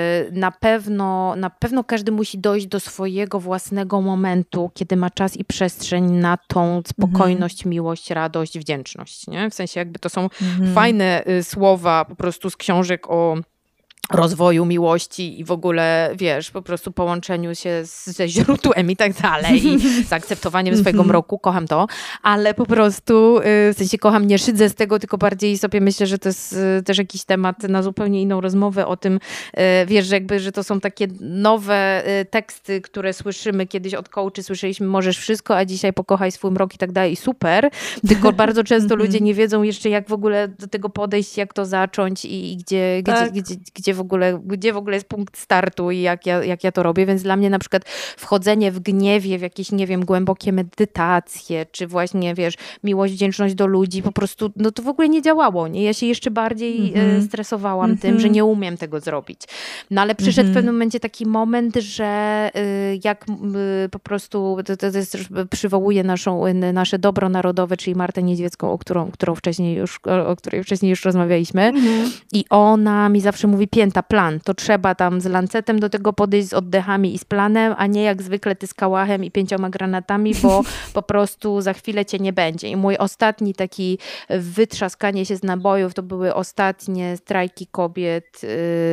Na pewno, na pewno każdy musi dojść do swojego własnego momentu, kiedy ma czas i przestrzeń na tą spokojność, mm-hmm. miłość, radość, wdzięczność, nie? W sensie jakby to są mm-hmm. fajne y, słowa po prostu z książek o rozwoju miłości i w ogóle, wiesz, po prostu połączeniu się z, ze źródłem i tak dalej i z akceptowaniem swojego mroku, kocham to, ale po prostu w sensie kocham, nie szydzę z tego, tylko bardziej sobie myślę, że to jest też jakiś temat na zupełnie inną rozmowę o tym, wiesz, że jakby, że to są takie nowe teksty, które słyszymy kiedyś od coachy, słyszeliśmy możesz wszystko, a dzisiaj pokochaj swój mrok i tak dalej i super, tylko bardzo często ludzie nie wiedzą jeszcze jak w ogóle do tego podejść, jak to zacząć i, i gdzie, tak. gdzie, gdzie, gdzie w ogóle, gdzie w ogóle jest punkt startu i jak ja, jak ja to robię, więc dla mnie na przykład wchodzenie w gniewie, w jakieś, nie wiem, głębokie medytacje, czy właśnie, wiesz, miłość, wdzięczność do ludzi, po prostu, no to w ogóle nie działało, nie? Ja się jeszcze bardziej mm-hmm. stresowałam mm-hmm. tym, że nie umiem tego zrobić. No ale przyszedł mm-hmm. w pewnym momencie taki moment, że jak po prostu, to, to jest, przywołuje naszą, nasze dobro narodowe, czyli Martę Niedźwiecką, o którą, którą wcześniej już, o której wcześniej już rozmawialiśmy mm-hmm. i ona mi zawsze mówi, pięta, plan, to trzeba tam z lancetem do tego podejść, z oddechami i z planem, a nie jak zwykle ty z kałachem i pięcioma granatami, bo po prostu za chwilę cię nie będzie. I mój ostatni taki wytrzaskanie się z nabojów to były ostatnie strajki kobiet. Yy,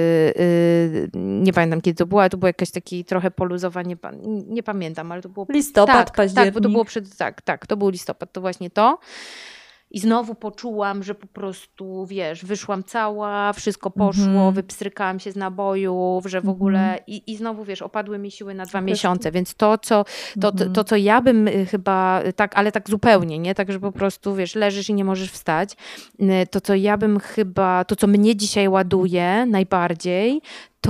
yy, nie pamiętam kiedy to było, ale to było jakieś takie trochę poluzowanie, nie pamiętam, ale to było... Listopad, tak, październik. Tak, bo to było przed, tak, tak, to był listopad, to właśnie to. i znowu poczułam, że po prostu, wiesz, wyszłam cała, wszystko poszło, Mhm. wypstrykałam się z nabojów, że w ogóle Mhm. i, i znowu, wiesz, opadły mi siły na dwa Też- miesiące, więc to co, to, to, Mhm. to, co ja bym y, chyba, y, tak, ale tak zupełnie, nie? Tak, że po prostu, wiesz, leżysz i nie możesz wstać, y, to co ja bym chyba, to co mnie dzisiaj ładuje najbardziej,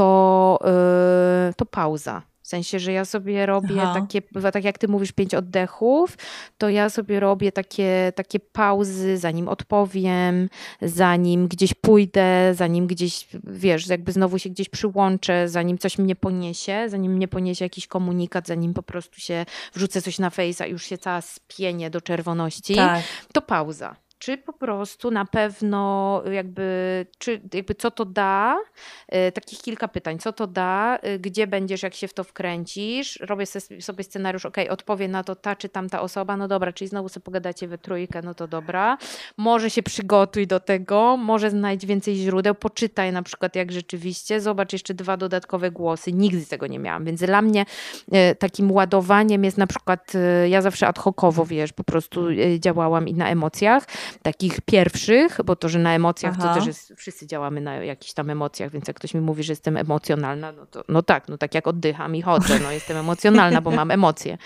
to, y, to pauza. W sensie, że ja sobie robię Aha. takie, tak jak ty mówisz, pięć oddechów, to ja sobie robię takie, takie pauzy, zanim odpowiem, zanim gdzieś pójdę, zanim gdzieś, wiesz, jakby znowu się gdzieś przyłączę, zanim coś mnie poniesie, zanim mnie poniesie jakiś komunikat, zanim po prostu się wrzucę coś na fejsa i już się cała spienię do czerwoności, Tak. to pauza. Czy po prostu na pewno jakby, czy jakby co to da, y, takich kilka pytań, co to da, y, gdzie będziesz, jak się w to wkręcisz, robię se- sobie scenariusz, okej, odpowie na to ta czy tamta osoba, no dobra, czyli znowu sobie pogadacie we trójkę, no to dobra, może się przygotuj do tego, może znajdź więcej źródeł, poczytaj na przykład jak rzeczywiście, zobacz jeszcze dwa dodatkowe głosy, nigdy tego nie miałam, więc dla mnie y, takim ładowaniem jest na przykład, y, ja zawsze ad hocowo, wiesz, po prostu y, działałam i na emocjach, takich pierwszych, bo to, że na emocjach Aha. to też jest, wszyscy działamy na jakichś tam emocjach, więc jak ktoś mi mówi, że jestem emocjonalna, no to no tak, no tak jak oddycham i chodzę, no jestem emocjonalna, bo mam emocje.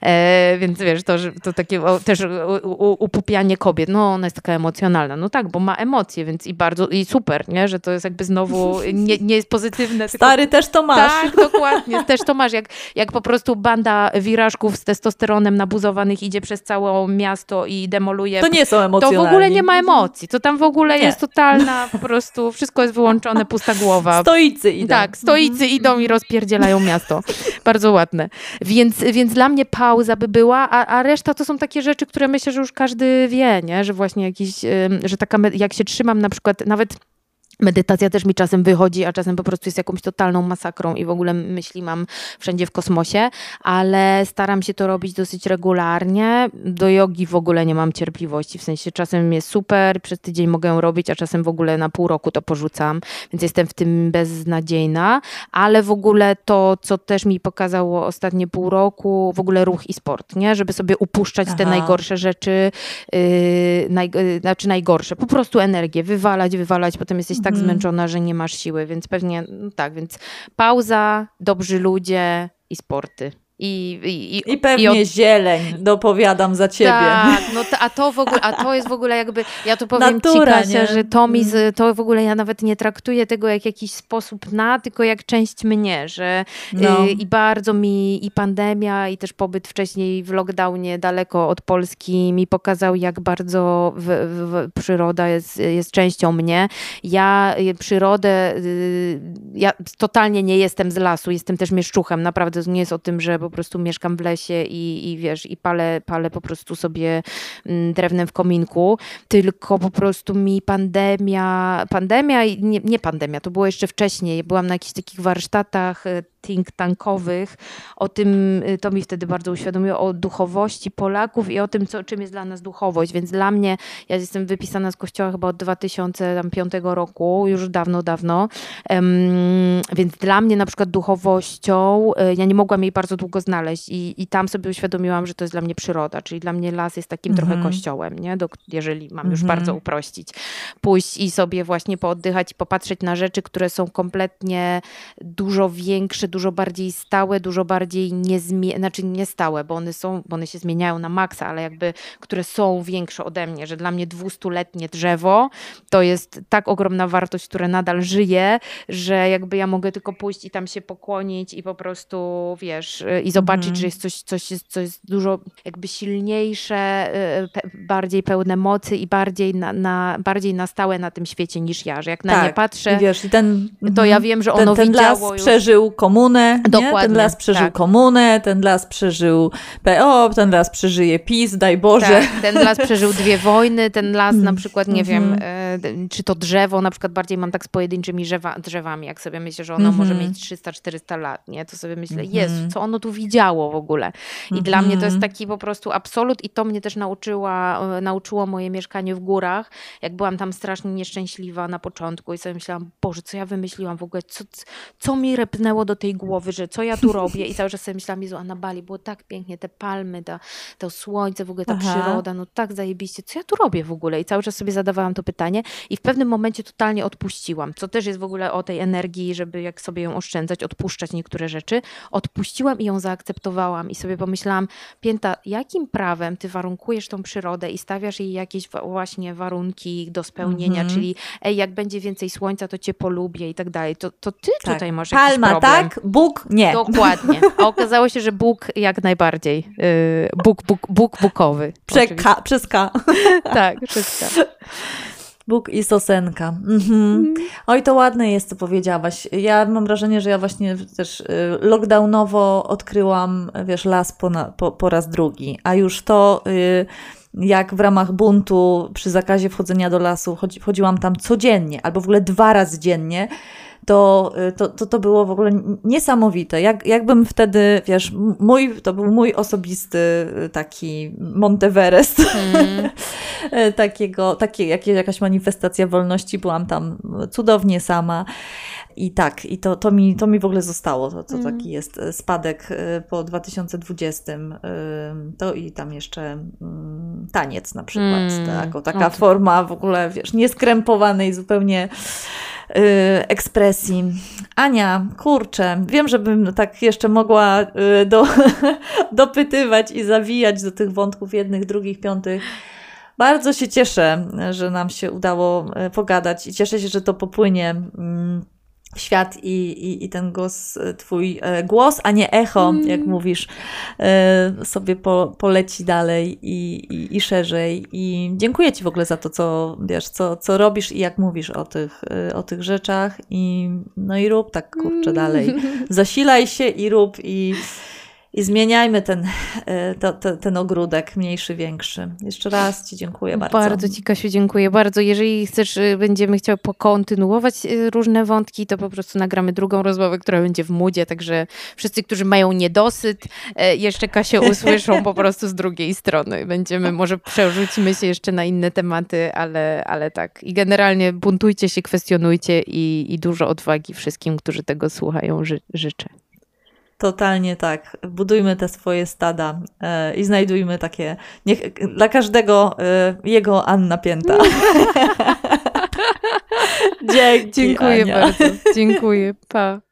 E, więc wiesz, to, że, to takie o, też u, u, upupianie kobiet, no ona jest taka emocjonalna, no tak, bo ma emocje, więc i bardzo, i super, nie, że to jest jakby znowu, nie, nie jest pozytywne. Tylko... Stary, też to masz. Tak, dokładnie, też to masz, jak, jak po prostu banda wirażków z testosteronem nabuzowanych idzie przez całe miasto i demoluje. To nie są To emocjonalni. w ogóle nie ma emocji. To tam w ogóle Nie. jest totalna, po prostu wszystko jest wyłączone, pusta głowa. Stoicy idą. Tak, stoicy idą i rozpierdzielają miasto. Bardzo ładne. Więc, więc dla mnie pauza by była, a, a reszta to są takie rzeczy, które myślę, że już każdy wie, nie? Że właśnie jakiś, ym, że taka, me- jak się trzymam na przykład, nawet medytacja też mi czasem wychodzi, a czasem po prostu jest jakąś totalną masakrą i w ogóle myśli mam wszędzie w kosmosie, ale staram się to robić dosyć regularnie. Do jogi w ogóle nie mam cierpliwości, w sensie czasem jest super, przez tydzień mogę ją robić, a czasem w ogóle na pół roku to porzucam, więc jestem w tym beznadziejna, ale w ogóle to, co też mi pokazało ostatnie pół roku, w ogóle ruch i sport, nie? Żeby sobie upuszczać te Aha. najgorsze rzeczy, yy, naj, yy, znaczy najgorsze, po prostu energię, wywalać, wywalać, potem jesteś tak Mhm. zmęczona, że nie masz siły, więc pewnie, no tak, więc pauza, dobrzy ludzie i sporty. I, i, I pewnie od- zieleń, dopowiadam za ciebie. Tak, no to, a to w ogóle, a to jest w ogóle jakby, ja tu powiem Natura, ci, Kasia, nie? że to mi, z, to w ogóle ja nawet nie traktuję tego jak jakiś sposób na, tylko jak część mnie, że No. y, i bardzo mi i pandemia i też pobyt wcześniej w lockdownie daleko od Polski mi pokazał, jak bardzo w, w, przyroda jest, jest częścią mnie. Ja y, przyrodę, y, ja totalnie nie jestem z lasu, jestem też mieszczuchem, naprawdę to nie jest o tym, że po prostu mieszkam w lesie i, i wiesz, i palę, palę po prostu sobie mm, drewnem w kominku, tylko po prostu mi pandemia, pandemia i nie, nie pandemia, to było jeszcze wcześniej, byłam na jakichś takich warsztatach e, think tankowych, o tym, y, to mi wtedy bardzo uświadomiło, o duchowości Polaków i o tym, co, czym jest dla nas duchowość, więc dla mnie, ja jestem wypisana z kościoła chyba od dwa tysiące piątego roku, już dawno, dawno, um, więc dla mnie na przykład duchowością, y, ja nie mogłam jej bardzo długo znaleźć i, i tam sobie uświadomiłam, że to jest dla mnie przyroda, czyli dla mnie las jest takim Mhm. trochę kościołem, nie? Do, jeżeli mam już Mhm. bardzo uprościć. Pójść i sobie właśnie pooddychać i popatrzeć na rzeczy, które są kompletnie dużo większe, dużo bardziej stałe, dużo bardziej niezmie- znaczy nie stałe, bo one są, bo one się zmieniają na maksa, ale jakby, które są większe ode mnie, że dla mnie dwustuletnie drzewo to jest tak ogromna wartość, która nadal żyje, że jakby ja mogę tylko pójść i tam się pokłonić i po prostu, wiesz, i zobaczyć, Mhm. że jest coś, coś, jest, coś jest dużo jakby silniejsze, y, pe- bardziej pełne mocy i bardziej na, na, bardziej na stałe na tym świecie niż ja, że jak na nie Tak. patrzę, I wiesz, i ten, to ja wiem, że ono ten, ten las widziało już. przeżył komunę, nie? Dokładnie, Ten las przeżył tak. komunę, ten las przeżył P O, ten las przeżyje PiS, daj Boże. Tak, ten las przeżył dwie wojny, ten las na przykład, nie wiem, Mhm. e, czy to drzewo, na przykład bardziej mam tak z pojedynczymi drzewa, drzewami, jak sobie myślę, że ono Mhm. może mieć trzysta czterysta lat, nie? To sobie myślę, Mhm. Jezu, co ono tu widziało w ogóle. I Mhm. dla mnie to jest taki po prostu absolut i to mnie też nauczyła, e, nauczyło moje mieszkanie w górach, jak byłam tam strasznie nieszczęśliwa na początku i sobie myślałam, Boże, co ja wymyśliłam w ogóle, co, co mi repnęło do tej tej głowy, że co ja tu robię i cały czas sobie myślałam, Jezu, a na Bali było tak pięknie, te palmy, ta, to słońce, w ogóle ta Aha. przyroda, no tak zajebiście, co ja tu robię w ogóle? I cały czas sobie zadawałam to pytanie i w pewnym momencie totalnie odpuściłam, co też jest w ogóle o tej energii, żeby jak sobie ją oszczędzać, odpuszczać niektóre rzeczy. Odpuściłam i ją zaakceptowałam i sobie pomyślałam, Pięta, jakim prawem ty warunkujesz tą przyrodę i stawiasz jej jakieś właśnie warunki do spełnienia, Mhm. czyli ej, jak będzie więcej słońca, to cię polubię i tak dalej. To, to ty Tak. tutaj masz Palma, jakiś problem. tak? Bóg nie. Dokładnie. A okazało się, że Bóg jak najbardziej. Yy, Bóg, Bóg, Bóg bukowy. Przeka, przez K. Tak, wszystko. Bóg i sosenka. Mhm. Oj, to ładne jest, co powiedziałaś. Ja mam wrażenie, że ja właśnie też y, lockdownowo odkryłam, wiesz, las po, na, po, po raz drugi, a już to y, jak w ramach buntu przy zakazie wchodzenia do lasu chodzi, chodziłam tam codziennie, albo w ogóle dwa razy dziennie, to, to, to, to było w ogóle niesamowite. Jak, jakbym wtedy, wiesz, mój, to był mój osobisty taki Monteverest. Mm. Takiego, takie, jak, jakaś manifestacja wolności. Byłam tam cudownie sama. I tak, i to, to, mi, to mi w ogóle zostało. To, to mm. taki jest spadek po dwa tysiące dwudziestym. To i tam jeszcze taniec na przykład. Mm. Tak, taka no to... forma w ogóle, wiesz, nieskrępowanej zupełnie ekspresji. Ania, kurczę, wiem, żebym tak jeszcze mogła do, dopytywać i zawijać do tych wątków jednych, drugich, piątych. Bardzo się cieszę, że nam się udało pogadać i cieszę się, że to popłynie w świat i, i, i ten głos, twój głos, a nie echo, mm. jak mówisz, sobie po, poleci dalej i, i, i szerzej. I dziękuję ci w ogóle za to, co wiesz, co, co robisz i jak mówisz o tych, o tych rzeczach. I, no i rób tak, kurczę, dalej. Zasilaj się i rób i I zmieniajmy ten, to, to, ten ogródek, mniejszy, większy. Jeszcze raz ci dziękuję bardzo. Bardzo ci, Kasiu, dziękuję bardzo. Jeżeli chcesz, będziemy chciały pokontynuować różne wątki, to po prostu nagramy drugą rozmowę, która będzie w moodzie, także wszyscy, którzy mają niedosyt, jeszcze Kasię usłyszą po prostu z drugiej strony. Będziemy, może przerzucimy się jeszcze na inne tematy, ale, ale tak. I generalnie buntujcie się, kwestionujcie i, i dużo odwagi wszystkim, którzy tego słuchają, ży, życzę. Totalnie tak. Budujmy te swoje stada e, i znajdujmy takie, niech, dla każdego e, jego Anna Pięta. Dzięki, Dziękuję Ania. bardzo. Dziękuję. Pa.